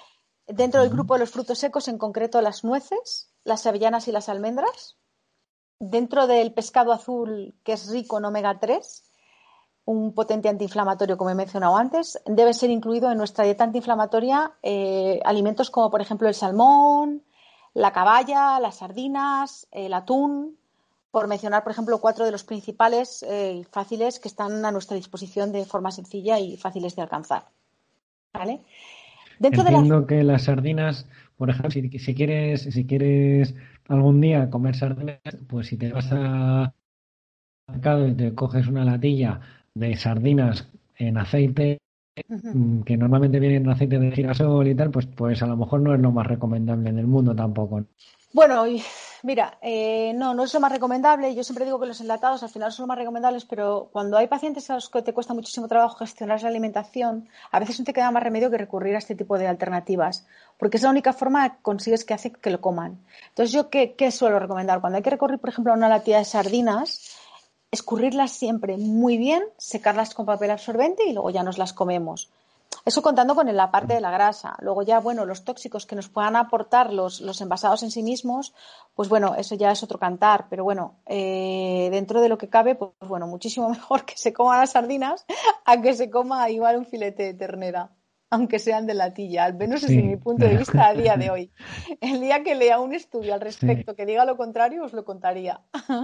[SPEAKER 4] Dentro del
[SPEAKER 3] Ujú.
[SPEAKER 4] grupo de los frutos secos, en concreto las nueces, las avellanas y las almendras. dentro del pescado azul, que es rico en omega 3, un potente antiinflamatorio, como he mencionado antes, debe ser incluido en nuestra dieta antiinflamatoria alimentos como, por ejemplo, el salmón, la caballa, las sardinas, el atún, por mencionar, por ejemplo, 4 de los principales y fáciles que están a nuestra disposición de forma sencilla y fáciles de alcanzar. ¿Vale? Dentro de
[SPEAKER 3] Entiendo que las sardinas, por ejemplo, si quieres algún día comer sardinas, pues si te vas al mercado y te coges una latilla de sardinas en aceite, que normalmente vienen en aceite de girasol y tal, pues a lo mejor no es lo más recomendable en el mundo tampoco.
[SPEAKER 4] Bueno, mira, no es lo más recomendable. Yo siempre digo que los enlatados al final son los más recomendables, pero cuando hay pacientes a los que te cuesta muchísimo trabajo gestionar la alimentación, a veces no te queda más remedio que recurrir a este tipo de alternativas, porque es la única forma que consigues que hace que lo coman. Entonces, ¿yo qué suelo recomendar? Cuando hay que recurrir, por ejemplo, a una latilla de sardinas, escurrirlas siempre muy bien, secarlas con papel absorbente y luego ya nos las comemos. Eso contando con la parte de la grasa. Luego ya, bueno, los tóxicos que nos puedan aportar los envasados en sí mismos, pues bueno, eso ya es otro cantar. Pero bueno, dentro de lo que cabe, pues bueno, muchísimo mejor que se coman las sardinas a que se coma igual un filete de ternera, aunque sean de latilla, al menos desde mi
[SPEAKER 3] Sí,
[SPEAKER 4] punto de vista a día de hoy. El día que lea un estudio al
[SPEAKER 3] sí.
[SPEAKER 4] respecto que diga lo contrario, os lo contaría.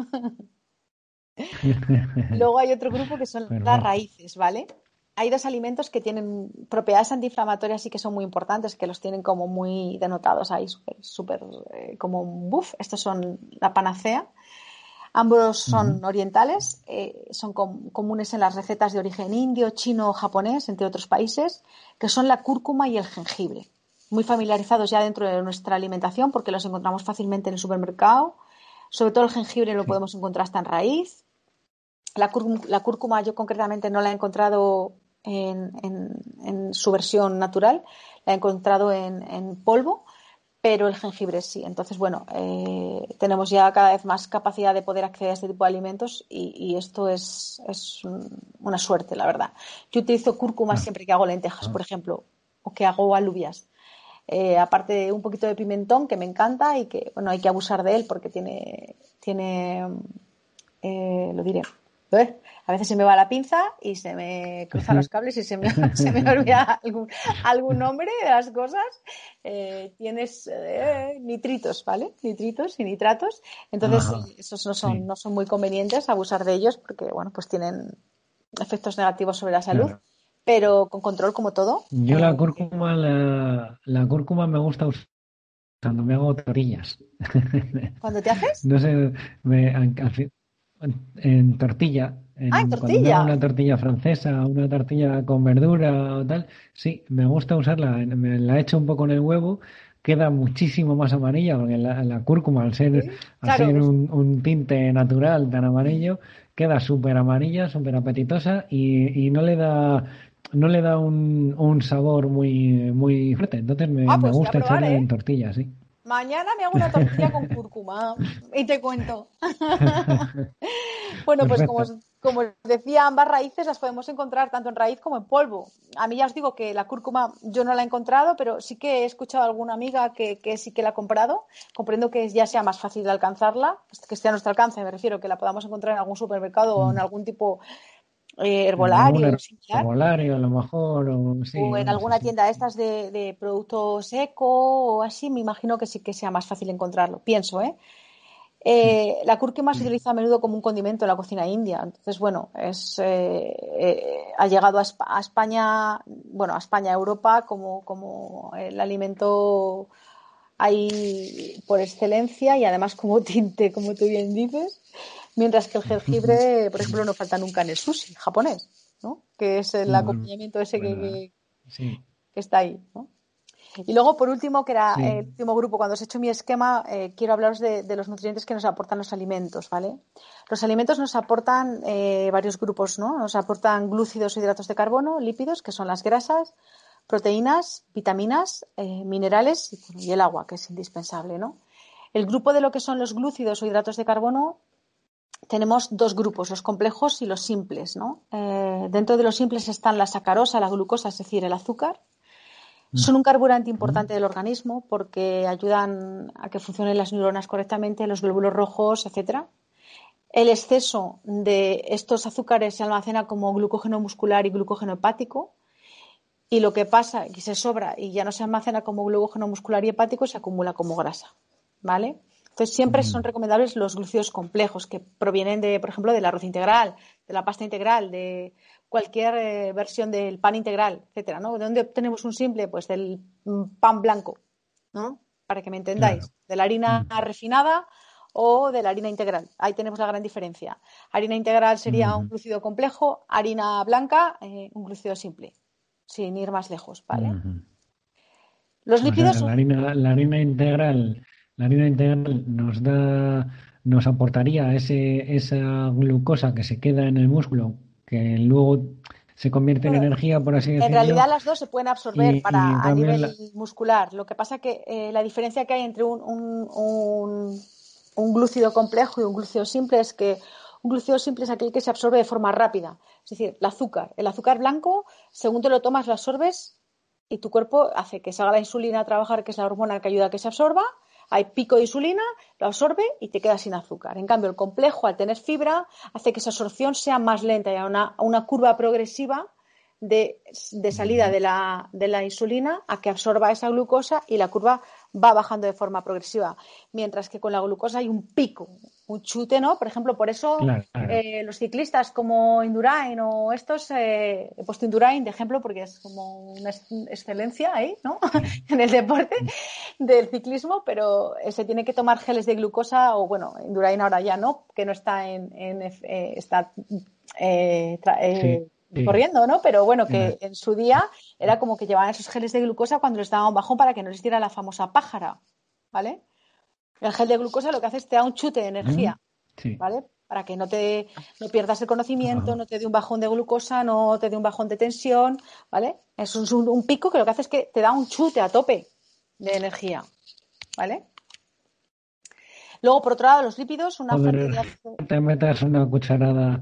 [SPEAKER 4] Luego hay otro grupo que son las
[SPEAKER 3] Perfecto.
[SPEAKER 4] raíces, ¿vale? Hay 2 alimentos que tienen propiedades antiinflamatorias y que son muy importantes, que los tienen como muy denotados ahí, súper, como un buff. Estos son la panacea. Ambos
[SPEAKER 3] Ujú.
[SPEAKER 4] son orientales, son comunes en las recetas de origen indio, chino o japonés, entre otros países, que son la cúrcuma y el jengibre. Muy familiarizados ya dentro de nuestra alimentación porque los encontramos fácilmente en el supermercado. Sobre todo el jengibre lo
[SPEAKER 3] Sí.
[SPEAKER 4] podemos encontrar hasta en raíz. La cúrcuma yo concretamente no la he encontrado en su versión natural, la he encontrado en polvo, pero el jengibre sí. Entonces, bueno, tenemos ya cada vez más capacidad de poder acceder a este tipo de alimentos y esto es una suerte, la verdad. Yo utilizo cúrcuma
[SPEAKER 3] Ah,
[SPEAKER 4] siempre que hago lentejas,
[SPEAKER 3] ah.
[SPEAKER 4] por ejemplo, o que hago alubias. Aparte de un poquito de pimentón que me encanta y que, bueno, hay que abusar de él porque tiene lo diré. A veces se me va la pinza y se me cruzan los cables y se me olvida algún nombre de las cosas. Tienes nitritos, ¿vale? Nitritos y nitratos. Entonces,
[SPEAKER 3] Ajá,
[SPEAKER 4] esos
[SPEAKER 3] sí,
[SPEAKER 4] no son muy convenientes abusar de ellos porque, bueno, pues tienen efectos negativos sobre la salud,
[SPEAKER 3] claro.
[SPEAKER 4] pero con control como todo.
[SPEAKER 3] Yo la cúrcuma me gusta usar cuando me hago tortillas.
[SPEAKER 4] ¿Cuándo te haces?
[SPEAKER 3] No sé, en tortilla,
[SPEAKER 4] Ah, en
[SPEAKER 3] cuando me hago
[SPEAKER 4] tortilla.
[SPEAKER 3] una tortilla francesa, una tortilla con verdura o tal, sí, me gusta usarla. Me la echo un poco en el huevo, queda muchísimo más amarilla, porque la cúrcuma,
[SPEAKER 4] Sí.
[SPEAKER 3] al
[SPEAKER 4] Claro,
[SPEAKER 3] ser
[SPEAKER 4] pues,
[SPEAKER 3] un tinte natural tan amarillo, queda súper amarilla, súper apetitosa y no le da un sabor muy fuerte. Entonces me
[SPEAKER 4] pues voy a
[SPEAKER 3] gusta
[SPEAKER 4] probar,
[SPEAKER 3] echarla
[SPEAKER 4] ¿eh?
[SPEAKER 3] en tortilla, sí.
[SPEAKER 4] Mañana me hago una tortilla con cúrcuma y te cuento. Bueno, pues
[SPEAKER 3] Perfecto.
[SPEAKER 4] como os decía, ambas raíces las podemos encontrar tanto en raíz como en polvo. A mí ya os digo que la cúrcuma yo no la he encontrado, pero sí que he escuchado a alguna amiga que sí que la ha comprado. Comprendo que ya sea más fácil de alcanzarla, que esté a nuestro alcance, me refiero, que la podamos encontrar en algún supermercado o en
[SPEAKER 3] Mm.
[SPEAKER 4] algún tipo
[SPEAKER 3] En algún
[SPEAKER 4] herbolario o similar,
[SPEAKER 3] herbolario, a lo mejor, o
[SPEAKER 4] o
[SPEAKER 3] sí,
[SPEAKER 4] en
[SPEAKER 3] algo
[SPEAKER 4] alguna
[SPEAKER 3] así.
[SPEAKER 4] tienda de estas de productos eco o así, me imagino que sí que sea más fácil encontrarlo. Pienso, ¿eh?
[SPEAKER 3] Sí.
[SPEAKER 4] La cúrcuma se utiliza a menudo como un condimento en la cocina india. Entonces, bueno, ha llegado a España, bueno, a España, a Europa, como el alimento ahí por excelencia y además como tinte, como tú bien dices. Mientras que el jengibre, por ejemplo, no falta nunca en el sushi japonés, ¿no? Que es el
[SPEAKER 3] No, es
[SPEAKER 4] acompañamiento ese
[SPEAKER 3] verdad. Sí,
[SPEAKER 4] que está ahí, ¿no? Y luego, por último, que era
[SPEAKER 3] sí.
[SPEAKER 4] el último grupo, cuando os he hecho mi esquema, quiero hablaros de los nutrientes que nos aportan los alimentos, ¿vale? Los alimentos nos aportan varios grupos, ¿no? Nos aportan glúcidos o hidratos de carbono, lípidos, que son las grasas, proteínas, vitaminas, minerales y el agua, que es indispensable, ¿no? El grupo de lo que son los glúcidos o hidratos de carbono, tenemos 2 grupos, los complejos y los simples, ¿no? Dentro de los simples están la sacarosa, la glucosa, es decir, el azúcar. Son un carburante
[SPEAKER 3] Ujú.
[SPEAKER 4] importante del organismo porque ayudan a que funcionen las neuronas correctamente, los glóbulos rojos, etcétera. El exceso de estos azúcares se almacena como glucógeno muscular y glucógeno hepático, y lo que pasa es que se sobra y ya no se almacena como glucógeno muscular y hepático, se acumula como grasa, ¿vale? Entonces siempre son recomendables los glúcidos complejos que provienen de, por ejemplo, del arroz integral, de la pasta integral, de cualquier versión del pan integral, etcétera, ¿no? ¿De dónde obtenemos un simple? Pues del pan blanco, ¿no? Para que me entendáis,
[SPEAKER 3] Claro.
[SPEAKER 4] de la harina refinada o de la harina integral. Ahí tenemos la gran diferencia. Harina integral sería un glúcido complejo, harina blanca, un glúcido simple, sin ir más lejos, ¿vale? Los
[SPEAKER 3] O sea,
[SPEAKER 4] lípidos son...
[SPEAKER 3] la harina integral nos aportaría esa glucosa que se queda en el músculo, que luego se convierte en
[SPEAKER 4] Bueno,
[SPEAKER 3] energía, por así
[SPEAKER 4] en
[SPEAKER 3] decirlo,
[SPEAKER 4] realidad las dos se pueden absorber
[SPEAKER 3] y en
[SPEAKER 4] a
[SPEAKER 3] cambio
[SPEAKER 4] nivel muscular. Lo que pasa que la diferencia que hay entre un glúcido complejo y un glúcido simple es que un glúcido simple es aquel que se absorbe de forma rápida. Es decir, el azúcar blanco, según te lo tomas, lo absorbes y tu cuerpo hace que salga la insulina a trabajar, que es la hormona que ayuda a que se absorba. Hay pico de insulina, lo absorbe y te quedas sin azúcar. En cambio, el complejo, al tener fibra, hace que esa absorción sea más lenta y a una curva progresiva de salida de la insulina a que absorba esa glucosa, y la curva va bajando de forma progresiva. Mientras que con la glucosa hay un pico, un chute, ¿no? Por ejemplo, por eso
[SPEAKER 3] claro.
[SPEAKER 4] los ciclistas como Indurain o estos, he puesto Indurain de ejemplo porque es como una excelencia ahí, ¿no? En el deporte del ciclismo, pero se tiene que tomar geles de glucosa, o bueno, Indurain ahora ya no, que no está está
[SPEAKER 3] Sí, sí.
[SPEAKER 4] corriendo, ¿no? Pero bueno,
[SPEAKER 3] En
[SPEAKER 4] que en su día era como que llevaban esos geles de glucosa cuando les daban un bajón para que no les diera la famosa pájara, ¿vale? El gel de glucosa lo que hace es te da un chute de energía,
[SPEAKER 3] Sí.
[SPEAKER 4] ¿vale? Para que no pierdas el conocimiento,
[SPEAKER 3] Ajá.
[SPEAKER 4] no te dé un bajón de glucosa, no te dé un bajón de tensión, ¿vale? Es un pico que lo que hace es que te da un chute a tope de energía, ¿vale? Luego, por otro lado, los lípidos, una
[SPEAKER 3] O de
[SPEAKER 4] fuente de...
[SPEAKER 3] energía te metas una cucharada.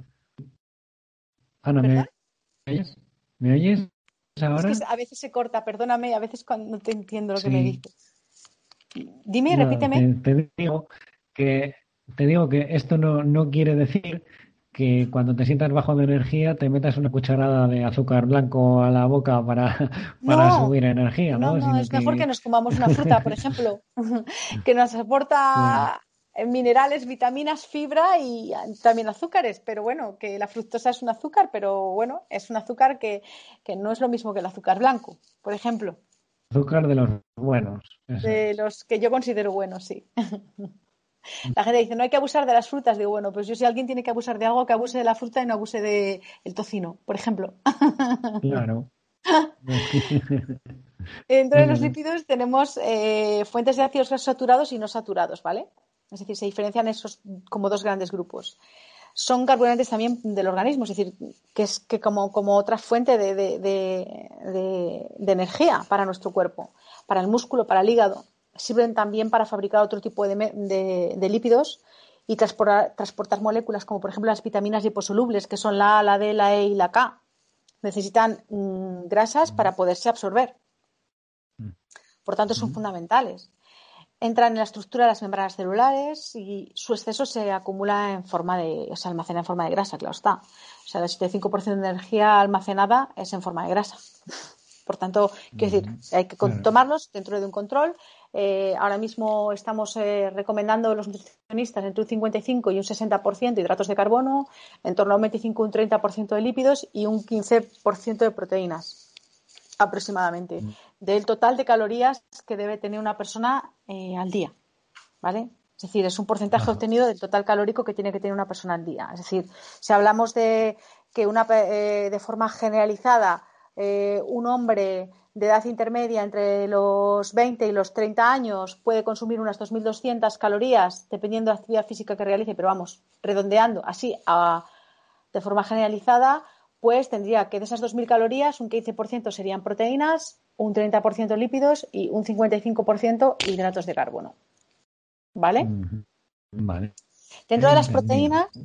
[SPEAKER 3] Ana,
[SPEAKER 4] ¿Perdón?
[SPEAKER 3] ¿me oyes? ¿Me oyes
[SPEAKER 4] Es que
[SPEAKER 3] ahora?
[SPEAKER 4] a veces se corta, perdóname, a veces cuando no te entiendo lo que me
[SPEAKER 3] Sí.
[SPEAKER 4] dices. Dime,
[SPEAKER 3] No,
[SPEAKER 4] repíteme.
[SPEAKER 3] que te digo que esto no quiere decir que cuando te sientas bajo de energía te metas una cucharada de azúcar blanco a la boca para
[SPEAKER 4] No,
[SPEAKER 3] subir energía,
[SPEAKER 4] no,
[SPEAKER 3] ¿no?
[SPEAKER 4] no,
[SPEAKER 3] Sino
[SPEAKER 4] es mejor que
[SPEAKER 3] que
[SPEAKER 4] nos comamos una fruta, por ejemplo, que nos
[SPEAKER 3] claro,
[SPEAKER 4] aporta minerales, vitaminas, fibra y también azúcares. Pero bueno, que la fructosa es un azúcar, pero bueno, es un azúcar que no es lo mismo que el azúcar blanco, por ejemplo,
[SPEAKER 3] azúcar de los buenos, eso
[SPEAKER 4] de
[SPEAKER 3] es.
[SPEAKER 4] los que yo considero buenos, sí. La gente dice, no hay que abusar de las frutas. Digo, bueno, pues yo si alguien tiene que abusar de algo, que abuse de la fruta y no abuse de el tocino, por ejemplo.
[SPEAKER 3] Claro.
[SPEAKER 4] Dentro de los
[SPEAKER 3] Eso es.
[SPEAKER 4] lípidos tenemos fuentes de ácidos grasos saturados y no saturados, ¿vale? Es decir, se diferencian esos como dos grandes grupos. Son carburantes también del organismo, es decir, que es que como otra fuente de energía para nuestro cuerpo, para el músculo, para el hígado. Sirven también para fabricar otro tipo de lípidos y transportar moléculas, como por ejemplo las vitaminas liposolubles, que son la A, la D, la E y la K. Necesitan grasas para poderse absorber. Por tanto, son fundamentales. Entran en la estructura de las membranas celulares y su exceso se acumula se almacena en forma de grasa, claro está. O sea, el 75% de energía almacenada es en forma de grasa. Por tanto, quiero decir, hay que
[SPEAKER 3] Claro.
[SPEAKER 4] tomarlos dentro de un control. Ahora mismo estamos recomendando a los nutricionistas entre un 55 y un 60% de hidratos de carbono, en torno a un 25 o un 30% de lípidos y un 15% de proteínas aproximadamente, del total de calorías que debe tener una persona al día, ¿vale? Es decir, es un porcentaje
[SPEAKER 3] Ajá.
[SPEAKER 4] obtenido del total calórico que tiene que tener una persona al día. Es decir, si hablamos de que de forma generalizada un hombre de edad intermedia entre los 20 y los 30 años puede consumir unas 2.200 calorías, dependiendo de la actividad física que realice, pero vamos, redondeando así de forma generalizada, pues tendría que de esas 2.000 calorías un 15% serían proteínas, un 30% lípidos y un 55% hidratos de carbono. ¿Vale?
[SPEAKER 3] Vale.
[SPEAKER 4] Dentro de las
[SPEAKER 3] Entendido.
[SPEAKER 4] proteínas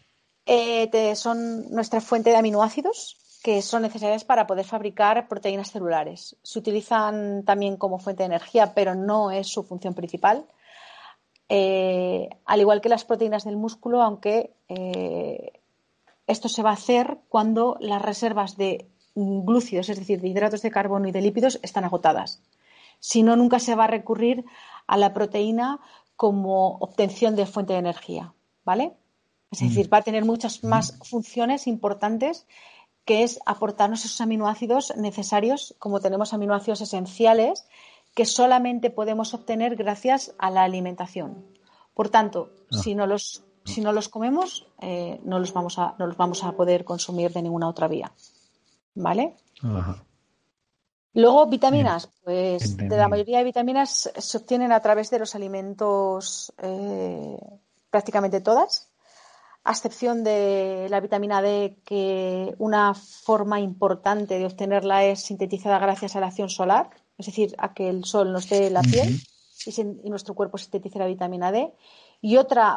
[SPEAKER 4] son nuestra fuente de aminoácidos que son necesarias para poder fabricar proteínas celulares. Se utilizan también como fuente de energía, pero no es su función principal. al igual que las proteínas del músculo, aunque esto se va a hacer cuando las reservas de glúcidos, es decir, de hidratos de carbono y de lípidos, están agotadas. Si no, nunca se va a recurrir a la proteína como obtención de fuente de energía, ¿vale? Es decir, va a tener muchas más funciones importantes, que es aportarnos esos aminoácidos necesarios, como tenemos aminoácidos esenciales, que solamente podemos obtener gracias a la alimentación. Por tanto, si no los comemos, no los vamos a poder consumir de ninguna otra vía, ¿vale?
[SPEAKER 3] Ajá.
[SPEAKER 4] Luego, vitaminas, pues
[SPEAKER 3] Entendido.
[SPEAKER 4] de la mayoría de vitaminas se obtienen a través de los alimentos, prácticamente todas, a excepción de la vitamina D, que una forma importante de obtenerla es sintetizada gracias a la acción solar, es decir, a que el sol nos dé la piel y nuestro cuerpo sintetice la vitamina D. Y otra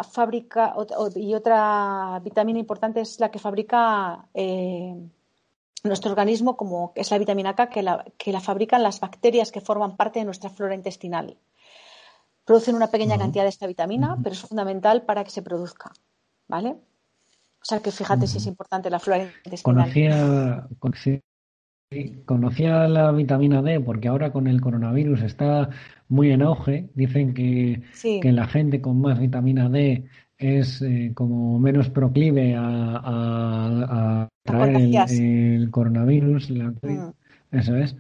[SPEAKER 4] vitamina importante es la que fabrica nuestro organismo, como es la vitamina K, que la fabrican las bacterias que forman parte de nuestra flora intestinal. Producen una pequeña cantidad de esta vitamina, pero es fundamental para que se produzca, ¿vale? O sea que fíjate si es importante la flora intestinal.
[SPEAKER 3] Conocía la vitamina D porque ahora con el coronavirus está muy en auge. Dicen
[SPEAKER 4] Sí,
[SPEAKER 3] que la gente con más vitamina D es como menos proclive a
[SPEAKER 4] a
[SPEAKER 3] traer
[SPEAKER 4] contagiarse.
[SPEAKER 3] el coronavirus, la COVID.
[SPEAKER 4] Mm.
[SPEAKER 3] Eso es.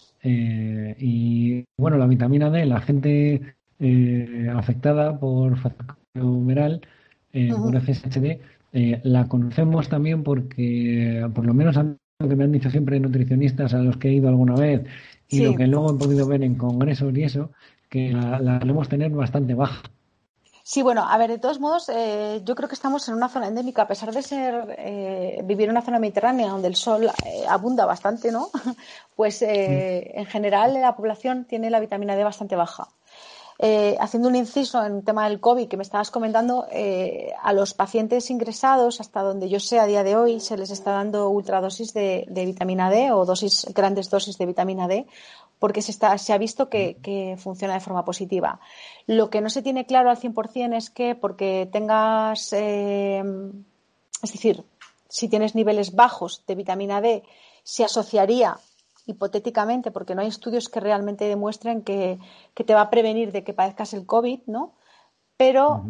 [SPEAKER 3] Y bueno, la vitamina D, la gente afectada por factor humoral, por
[SPEAKER 4] Ujú.
[SPEAKER 3] FSHD, la conocemos también porque, por lo menos a mí, lo que me han dicho siempre nutricionistas a los que he ido alguna vez y lo
[SPEAKER 4] Sí.
[SPEAKER 3] que luego he podido ver en congresos y eso, que la solemos tener bastante baja.
[SPEAKER 4] Sí, bueno, a ver, de todos modos, yo creo que estamos en una zona endémica, a pesar de vivir en una zona mediterránea donde el sol abunda bastante, ¿no? Pues en general la población tiene la vitamina D bastante baja. Haciendo un inciso en el tema del COVID que me estabas comentando, a los pacientes ingresados, hasta donde yo sé a día de hoy, se les está dando ultradosis de vitamina D o grandes dosis de vitamina D, porque se ha visto que funciona de forma positiva. Lo que no se tiene claro al 100% es que porque tengas, es decir, si tienes niveles bajos de vitamina D, se asociaría hipotéticamente, porque no hay estudios que realmente demuestren que te va a prevenir de que padezcas el COVID, ¿no? Pero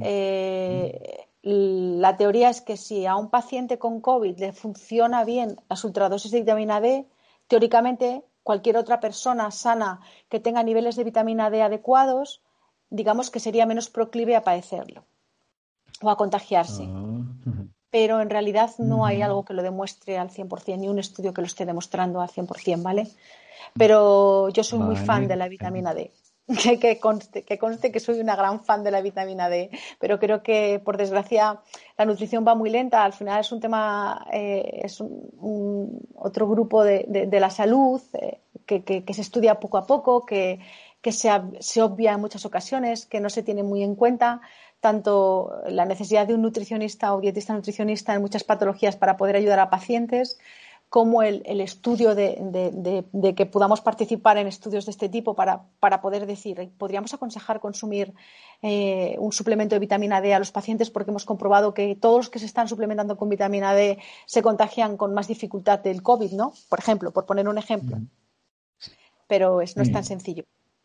[SPEAKER 4] la teoría es que si a un paciente con COVID le funciona bien las ultradosis de vitamina D, teóricamente cualquier otra persona sana que tenga niveles de vitamina D adecuados, digamos que sería menos proclive a padecerlo o a contagiarse. Pero en realidad no hay algo que lo demuestre al 100%, ni un estudio que lo esté demostrando al 100%, ¿vale? Pero yo soy muy fan de
[SPEAKER 3] Vale.
[SPEAKER 4] la vitamina D. Que conste que soy una gran fan de la vitamina D, pero creo que, por desgracia, la nutrición va muy lenta. Al final es un tema, es otro grupo de la salud que se estudia poco a poco, que se obvia en muchas ocasiones, que no se tiene muy en cuenta, tanto la necesidad de un nutricionista o dietista nutricionista en muchas patologías para poder ayudar a pacientes, como el estudio de que podamos participar en estudios de este tipo para poder decir, podríamos aconsejar consumir un suplemento de vitamina D a los pacientes porque hemos comprobado que todos los que se están suplementando con vitamina D se contagian con más dificultad del COVID, ¿no? Por ejemplo, por poner un ejemplo. Pero no es tan
[SPEAKER 3] Sí,
[SPEAKER 4] sencillo.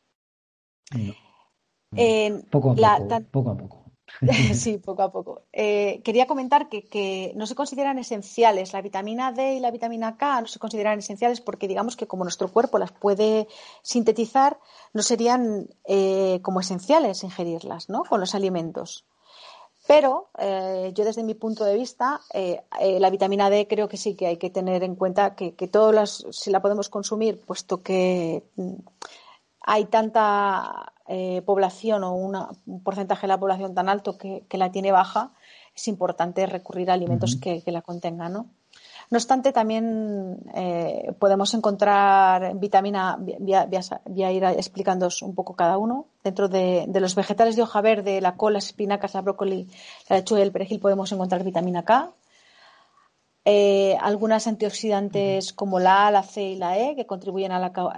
[SPEAKER 3] no.
[SPEAKER 4] Eh,
[SPEAKER 3] Poco a
[SPEAKER 4] la,
[SPEAKER 3] poco, poco a poco.
[SPEAKER 4] Sí, poco a poco. Quería comentar que no se consideran esenciales. La vitamina D y la vitamina K no se consideran esenciales porque digamos que como nuestro cuerpo las puede sintetizar, no serían como esenciales ingerirlas, ¿no? Con los alimentos. Pero yo desde mi punto de vista, la vitamina D creo que sí que hay que tener en cuenta que si la podemos consumir, puesto que hay tanta población o un porcentaje de la población tan alto que la tiene baja, es importante recurrir a alimentos que la contengan, ¿no? No obstante, también podemos encontrar vitamina, voy a ir explicándoos un poco cada uno. Dentro de los vegetales de hoja verde, la col, las espinacas, la brócoli, la lechuga y el perejil podemos encontrar vitamina K. Algunas antioxidantes como la A, la C y la E que contribuyen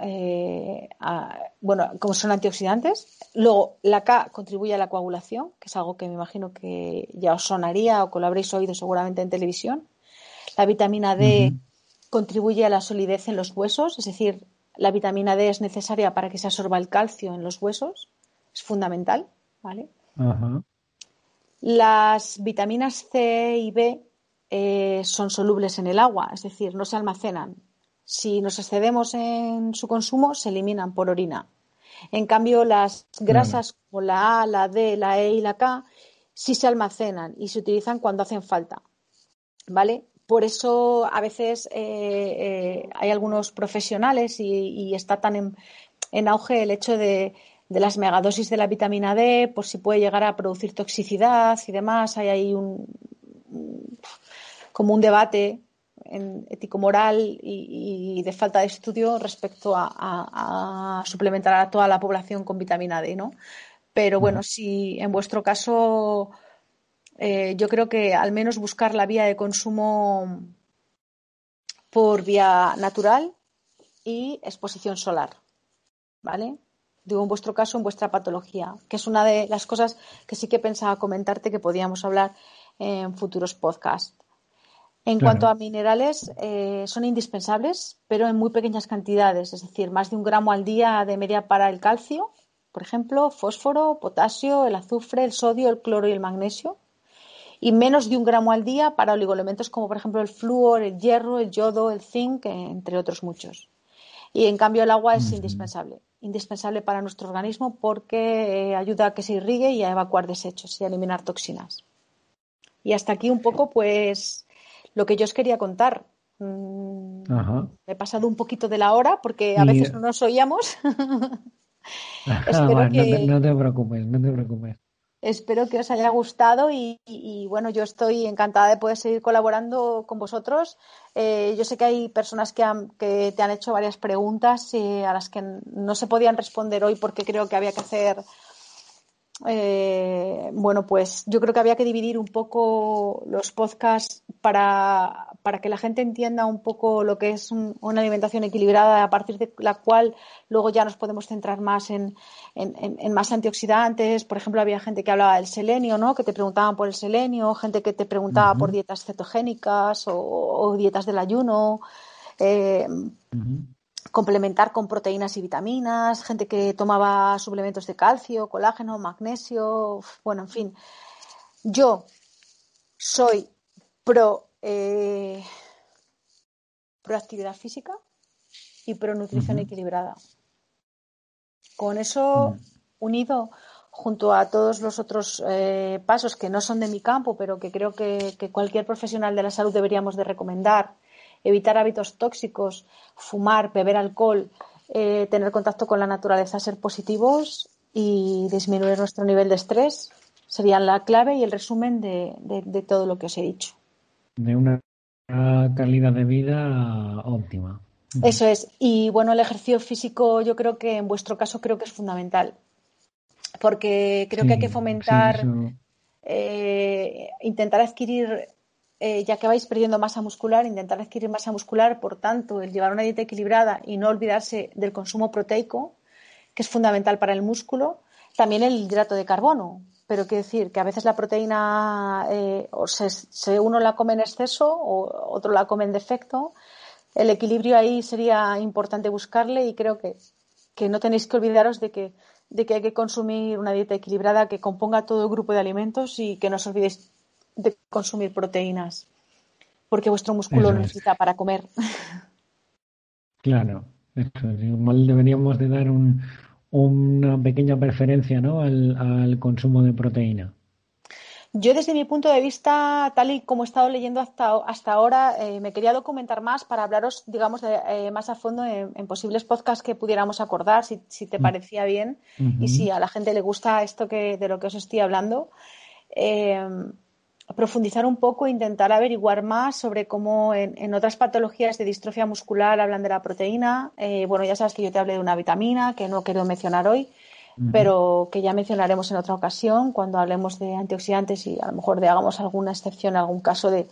[SPEAKER 4] bueno, como son antioxidantes. Luego la K contribuye a la coagulación, que es algo que me imagino que ya os sonaría o que lo habréis oído seguramente en televisión. La vitamina D contribuye a la solidez en los huesos, es decir, la vitamina D es necesaria para que se absorba el calcio en los huesos, es fundamental, ¿vale?
[SPEAKER 3] Ajá.
[SPEAKER 4] Las vitaminas C y B son solubles en el agua, es decir, no se almacenan. Si nos excedemos en su consumo, se eliminan por orina. En cambio, las grasas como la A, la D, la E y la K sí se almacenan y se utilizan cuando hacen falta, ¿vale? Por eso a veces hay algunos profesionales y está tan en auge el hecho de las megadosis de la vitamina D, por si puede llegar a producir toxicidad y demás. Hay ahí como un debate ético-moral y de falta de estudio respecto a suplementar a toda la población con vitamina D, ¿no? Pero bueno, si en vuestro caso yo creo que al menos buscar la vía de consumo por vía natural y exposición solar, ¿vale? Digo, en vuestro caso, en vuestra patología, que es una de las cosas que sí que pensaba comentarte que podíamos hablar en futuros podcasts. En cuanto a minerales, son indispensables, pero en muy pequeñas cantidades, es decir, más de 1 gramo al día de media para el calcio, por ejemplo, fósforo, potasio, el azufre, el sodio, el cloro y el magnesio, y menos de 1 gramo al día para oligoelementos como, por ejemplo, el flúor, el hierro, el yodo, el zinc, entre otros muchos. Y en cambio el agua es indispensable para nuestro organismo porque ayuda a que se irrigue y a evacuar desechos y a eliminar toxinas. Y hasta aquí un poco, pues, lo que yo os quería contar.
[SPEAKER 3] Ajá.
[SPEAKER 4] He pasado un poquito de la hora porque a
[SPEAKER 3] Y
[SPEAKER 4] veces no nos oíamos. Espero
[SPEAKER 3] bueno,
[SPEAKER 4] que,
[SPEAKER 3] no te preocupes, no te preocupes.
[SPEAKER 4] Espero que os haya gustado y, bueno, yo estoy encantada de poder seguir colaborando con vosotros. Yo sé que hay personas que te han hecho varias preguntas a las que no se podían responder hoy porque creo que había que hacer, bueno, pues yo creo que había que dividir un poco los podcasts para que la gente entienda un poco lo que es una alimentación equilibrada, a partir de la cual luego ya nos podemos centrar más en más antioxidantes. Por ejemplo, había gente que hablaba del selenio, ¿no? Que te preguntaban por el selenio, gente que te preguntaba por dietas cetogénicas o dietas del ayuno. Complementar con proteínas y vitaminas, gente que tomaba suplementos de calcio, colágeno, magnesio, bueno, en fin. Yo soy pro actividad física y pro nutrición equilibrada. Con eso unido junto a todos los otros pasos que no son de mi campo, pero que creo que cualquier profesional de la salud deberíamos de recomendar: evitar hábitos tóxicos, fumar, beber alcohol, tener contacto con la naturaleza, ser positivos y disminuir nuestro nivel de estrés, serían la clave y el resumen de todo lo que os he dicho.
[SPEAKER 3] De una calidad de vida óptima.
[SPEAKER 4] Eso es. Y bueno, el ejercicio físico yo creo que en vuestro caso creo que es fundamental, porque creo que hay que
[SPEAKER 3] Sí,
[SPEAKER 4] fomentar,
[SPEAKER 3] eso.
[SPEAKER 4] intentar adquirir, ya que vais perdiendo masa muscular, intentar adquirir masa muscular, por tanto, el llevar una dieta equilibrada y no olvidarse del consumo proteico, que es fundamental para el músculo, también el hidrato de carbono. Pero quiero decir que a veces la proteína uno la come en exceso o otro la come en defecto. El equilibrio ahí sería importante buscarle y creo que no tenéis que olvidaros de que hay que consumir una dieta equilibrada que componga todo el grupo de alimentos y que no os olvidéis de consumir proteínas, porque vuestro músculo lo
[SPEAKER 3] Eso es.
[SPEAKER 4] necesita para comer.
[SPEAKER 3] Claro, eso es. Igual deberíamos de dar una pequeña preferencia, ¿no? al consumo de proteína.
[SPEAKER 4] Yo, desde mi punto de vista, tal y como he estado leyendo hasta ahora, me quería documentar más para hablaros, digamos, más a fondo en posibles podcasts que pudiéramos acordar, si te parecía bien y si a la gente le gusta esto de lo que os estoy hablando. Profundizar un poco e intentar averiguar más sobre cómo en otras patologías de distrofia muscular hablan de la proteína. Bueno, ya sabes que yo te hablé de una vitamina que no quiero mencionar hoy, pero que ya mencionaremos en otra ocasión cuando hablemos de antioxidantes y a lo mejor hagamos alguna excepción, algún caso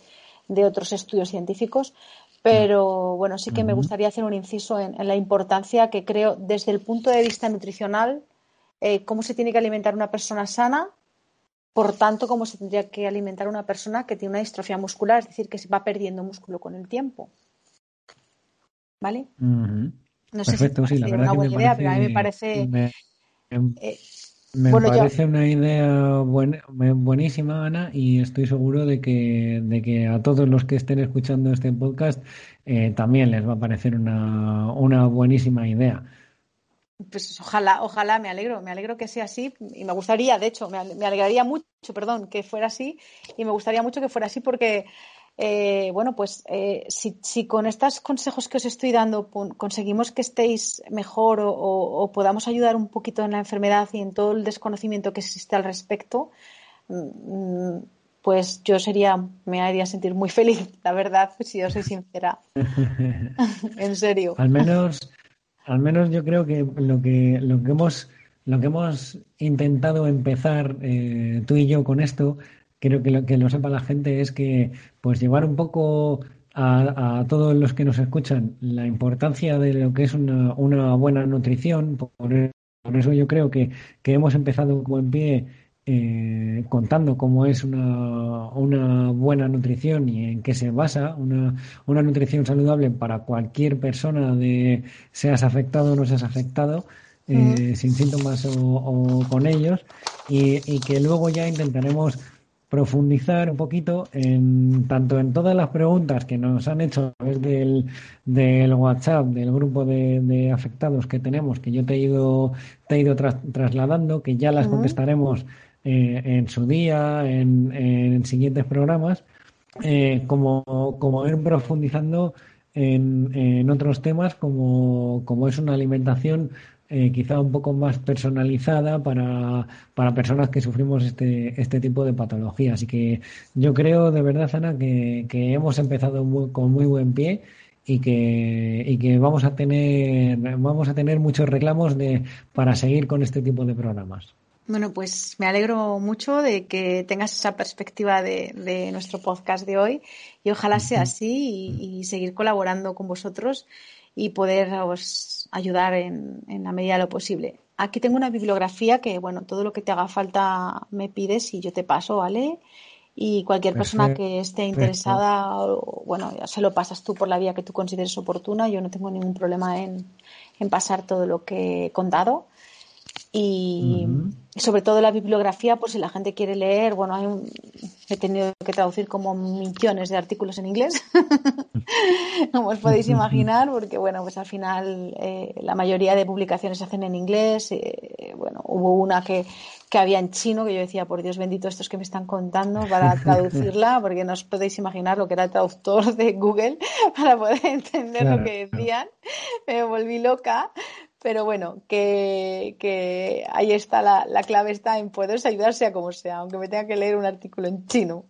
[SPEAKER 4] de otros estudios científicos. Pero bueno, sí que me gustaría hacer un inciso en la importancia que creo desde el punto de vista nutricional, cómo se tiene que alimentar una persona sana, por tanto, cómo se tendría que alimentar una persona que tiene una distrofia muscular, es decir, que se va perdiendo músculo con el tiempo. ¿Vale? No sé
[SPEAKER 3] Perfecto,
[SPEAKER 4] si
[SPEAKER 3] sí, la
[SPEAKER 4] es
[SPEAKER 3] verdad
[SPEAKER 4] una
[SPEAKER 3] que me
[SPEAKER 4] buena idea, pero a mí me
[SPEAKER 3] parece,
[SPEAKER 4] parece...
[SPEAKER 3] me
[SPEAKER 4] bueno,
[SPEAKER 3] parece una idea buenísima, Ana, y estoy seguro de que a todos los que estén escuchando este podcast también les va a parecer una buenísima idea.
[SPEAKER 4] Pues ojalá, me alegro que sea así y me gustaría, de hecho, me alegraría mucho, perdón, que fuera así y me gustaría mucho que fuera así porque, bueno, pues si con estos consejos que os estoy dando conseguimos que estéis mejor o podamos ayudar un poquito en la enfermedad y en todo el desconocimiento que existe al respecto, pues me haría sentir muy feliz, la verdad, si yo soy sincera. En serio.
[SPEAKER 3] Al menos yo creo que lo que hemos intentado empezar tú y yo con esto, creo que que lo sepa la gente, es que pues llevar un poco a todos los que nos escuchan la importancia de lo que es una buena nutrición. Por eso yo creo que hemos empezado un buen pie contando cómo es una buena nutrición y en qué se basa una nutrición saludable para cualquier persona, seas afectado o no seas afectado, sin síntomas o con ellos, y que luego ya intentaremos profundizar un poquito tanto en todas las preguntas que nos han hecho a través del WhatsApp, del grupo de afectados que tenemos, que yo te he ido trasladando, que ya las contestaremos en su día, en siguientes programas, como ir profundizando en otros temas como es una alimentación quizá un poco más personalizada para personas que sufrimos este tipo de patologías. Así que yo creo de verdad, Ana, que hemos empezado con muy buen pie y que vamos a tener muchos reclamos para seguir con este tipo de programas.
[SPEAKER 4] Bueno, pues me alegro mucho de que tengas esa perspectiva de nuestro podcast de hoy y ojalá sea así y seguir colaborando con vosotros y poderos ayudar en la medida de lo posible. Aquí tengo una bibliografía que, bueno, todo lo que te haga falta me pides y yo te paso, ¿vale? Y cualquier persona que esté interesada, bueno, ya se lo pasas tú por la vía que tú consideres oportuna. Yo no tengo ningún problema en pasar todo lo que he contado. Y sobre todo la bibliografía, por si la gente quiere leer, bueno, he tenido que traducir como millones de artículos en inglés, como os podéis imaginar, porque bueno, pues al final la mayoría de publicaciones se hacen en inglés. Bueno, hubo una que había en chino, que yo decía, por Dios bendito, estos que me están contando para traducirla, porque no os podéis imaginar lo que era el traductor de Google para poder entender lo que decían. Me volví loca. Pero bueno, que ahí está la clave, está en poderse ayudar sea como sea, aunque me tenga que leer un artículo en chino.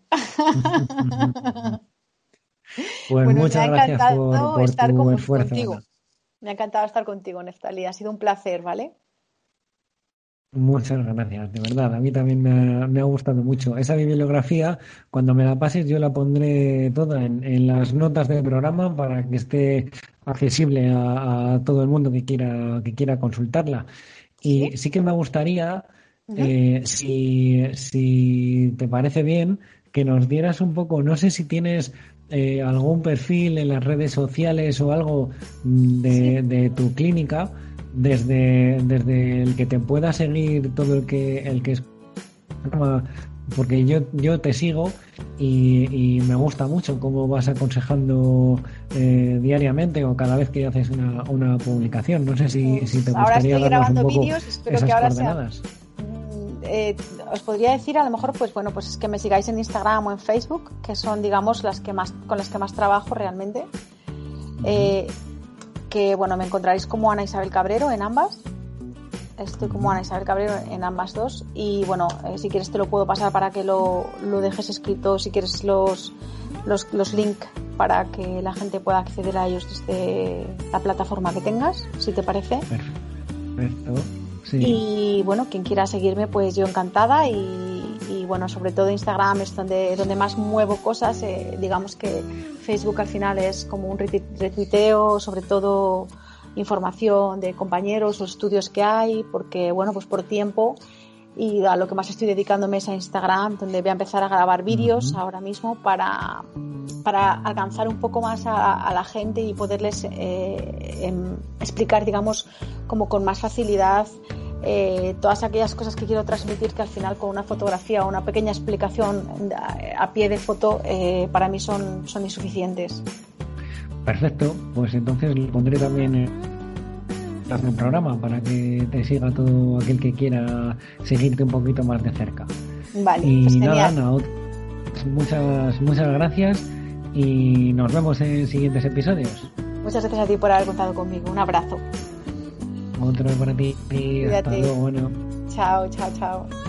[SPEAKER 3] Pues
[SPEAKER 4] Bueno, me
[SPEAKER 3] muchas
[SPEAKER 4] ha
[SPEAKER 3] gracias
[SPEAKER 4] encantado
[SPEAKER 3] por
[SPEAKER 4] estar
[SPEAKER 3] tu esfuerzo,
[SPEAKER 4] contigo.
[SPEAKER 3] Ana.
[SPEAKER 4] Me ha encantado estar contigo, Neftalí. Ha sido un placer, ¿vale?
[SPEAKER 3] Muchas gracias, de verdad. A mí también me ha gustado mucho. Esa bibliografía, cuando me la pases, yo la pondré toda en las notas del programa para que esté accesible a todo el mundo que quiera consultarla.
[SPEAKER 4] Sí.
[SPEAKER 3] Y sí que me gustaría, si te parece bien, que nos dieras un poco, no sé si tienes algún perfil en las redes sociales o algo de tu clínica, desde el que te pueda seguir todo el que es, porque yo te sigo y me gusta mucho cómo vas aconsejando diariamente o cada vez que haces una publicación. No sé si te
[SPEAKER 4] Ahora
[SPEAKER 3] gustaría
[SPEAKER 4] estoy
[SPEAKER 3] darnos un
[SPEAKER 4] grabando
[SPEAKER 3] poco
[SPEAKER 4] vídeos, espero
[SPEAKER 3] esas
[SPEAKER 4] que ahora
[SPEAKER 3] coordenadas.
[SPEAKER 4] Os podría decir, a lo mejor, pues bueno, pues es que me sigáis en Instagram o en Facebook, que son, digamos, con las que más trabajo realmente. Que bueno, me encontraréis como Ana Isabel Cabrero en ambas. Estoy como Ana Isabel Cabrero en ambas dos. Y bueno, si quieres te lo puedo pasar para que lo dejes escrito, si quieres los links para que la gente pueda acceder a ellos desde la plataforma que tengas, si te parece.
[SPEAKER 3] Perfecto. Sí.
[SPEAKER 4] Y bueno, quien quiera seguirme, pues yo encantada y y bueno, sobre todo Instagram es donde más muevo cosas. Digamos que Facebook al final es como un retuiteo, sobre todo información de compañeros o estudios que hay, porque bueno, pues por tiempo, y a lo que más estoy dedicándome es a Instagram, donde voy a empezar a grabar vídeos ahora mismo para alcanzar un poco más a la gente y poderles explicar, digamos, como con más facilidad todas aquellas cosas que quiero transmitir, que al final con una fotografía o una pequeña explicación a pie de foto para mí son insuficientes.
[SPEAKER 3] Perfecto, pues entonces le pondré también en el programa para que te siga todo aquel que quiera seguirte un poquito más de cerca.
[SPEAKER 4] Vale,
[SPEAKER 3] y
[SPEAKER 4] pues
[SPEAKER 3] nada,
[SPEAKER 4] genial.
[SPEAKER 3] Ana, muchas gracias y nos vemos en siguientes episodios.
[SPEAKER 4] Muchas gracias a ti por haber contado conmigo. Un abrazo.
[SPEAKER 3] Otro para ti.
[SPEAKER 4] Cuídate.
[SPEAKER 3] Hasta luego, bueno.
[SPEAKER 4] Chao, chao, chao.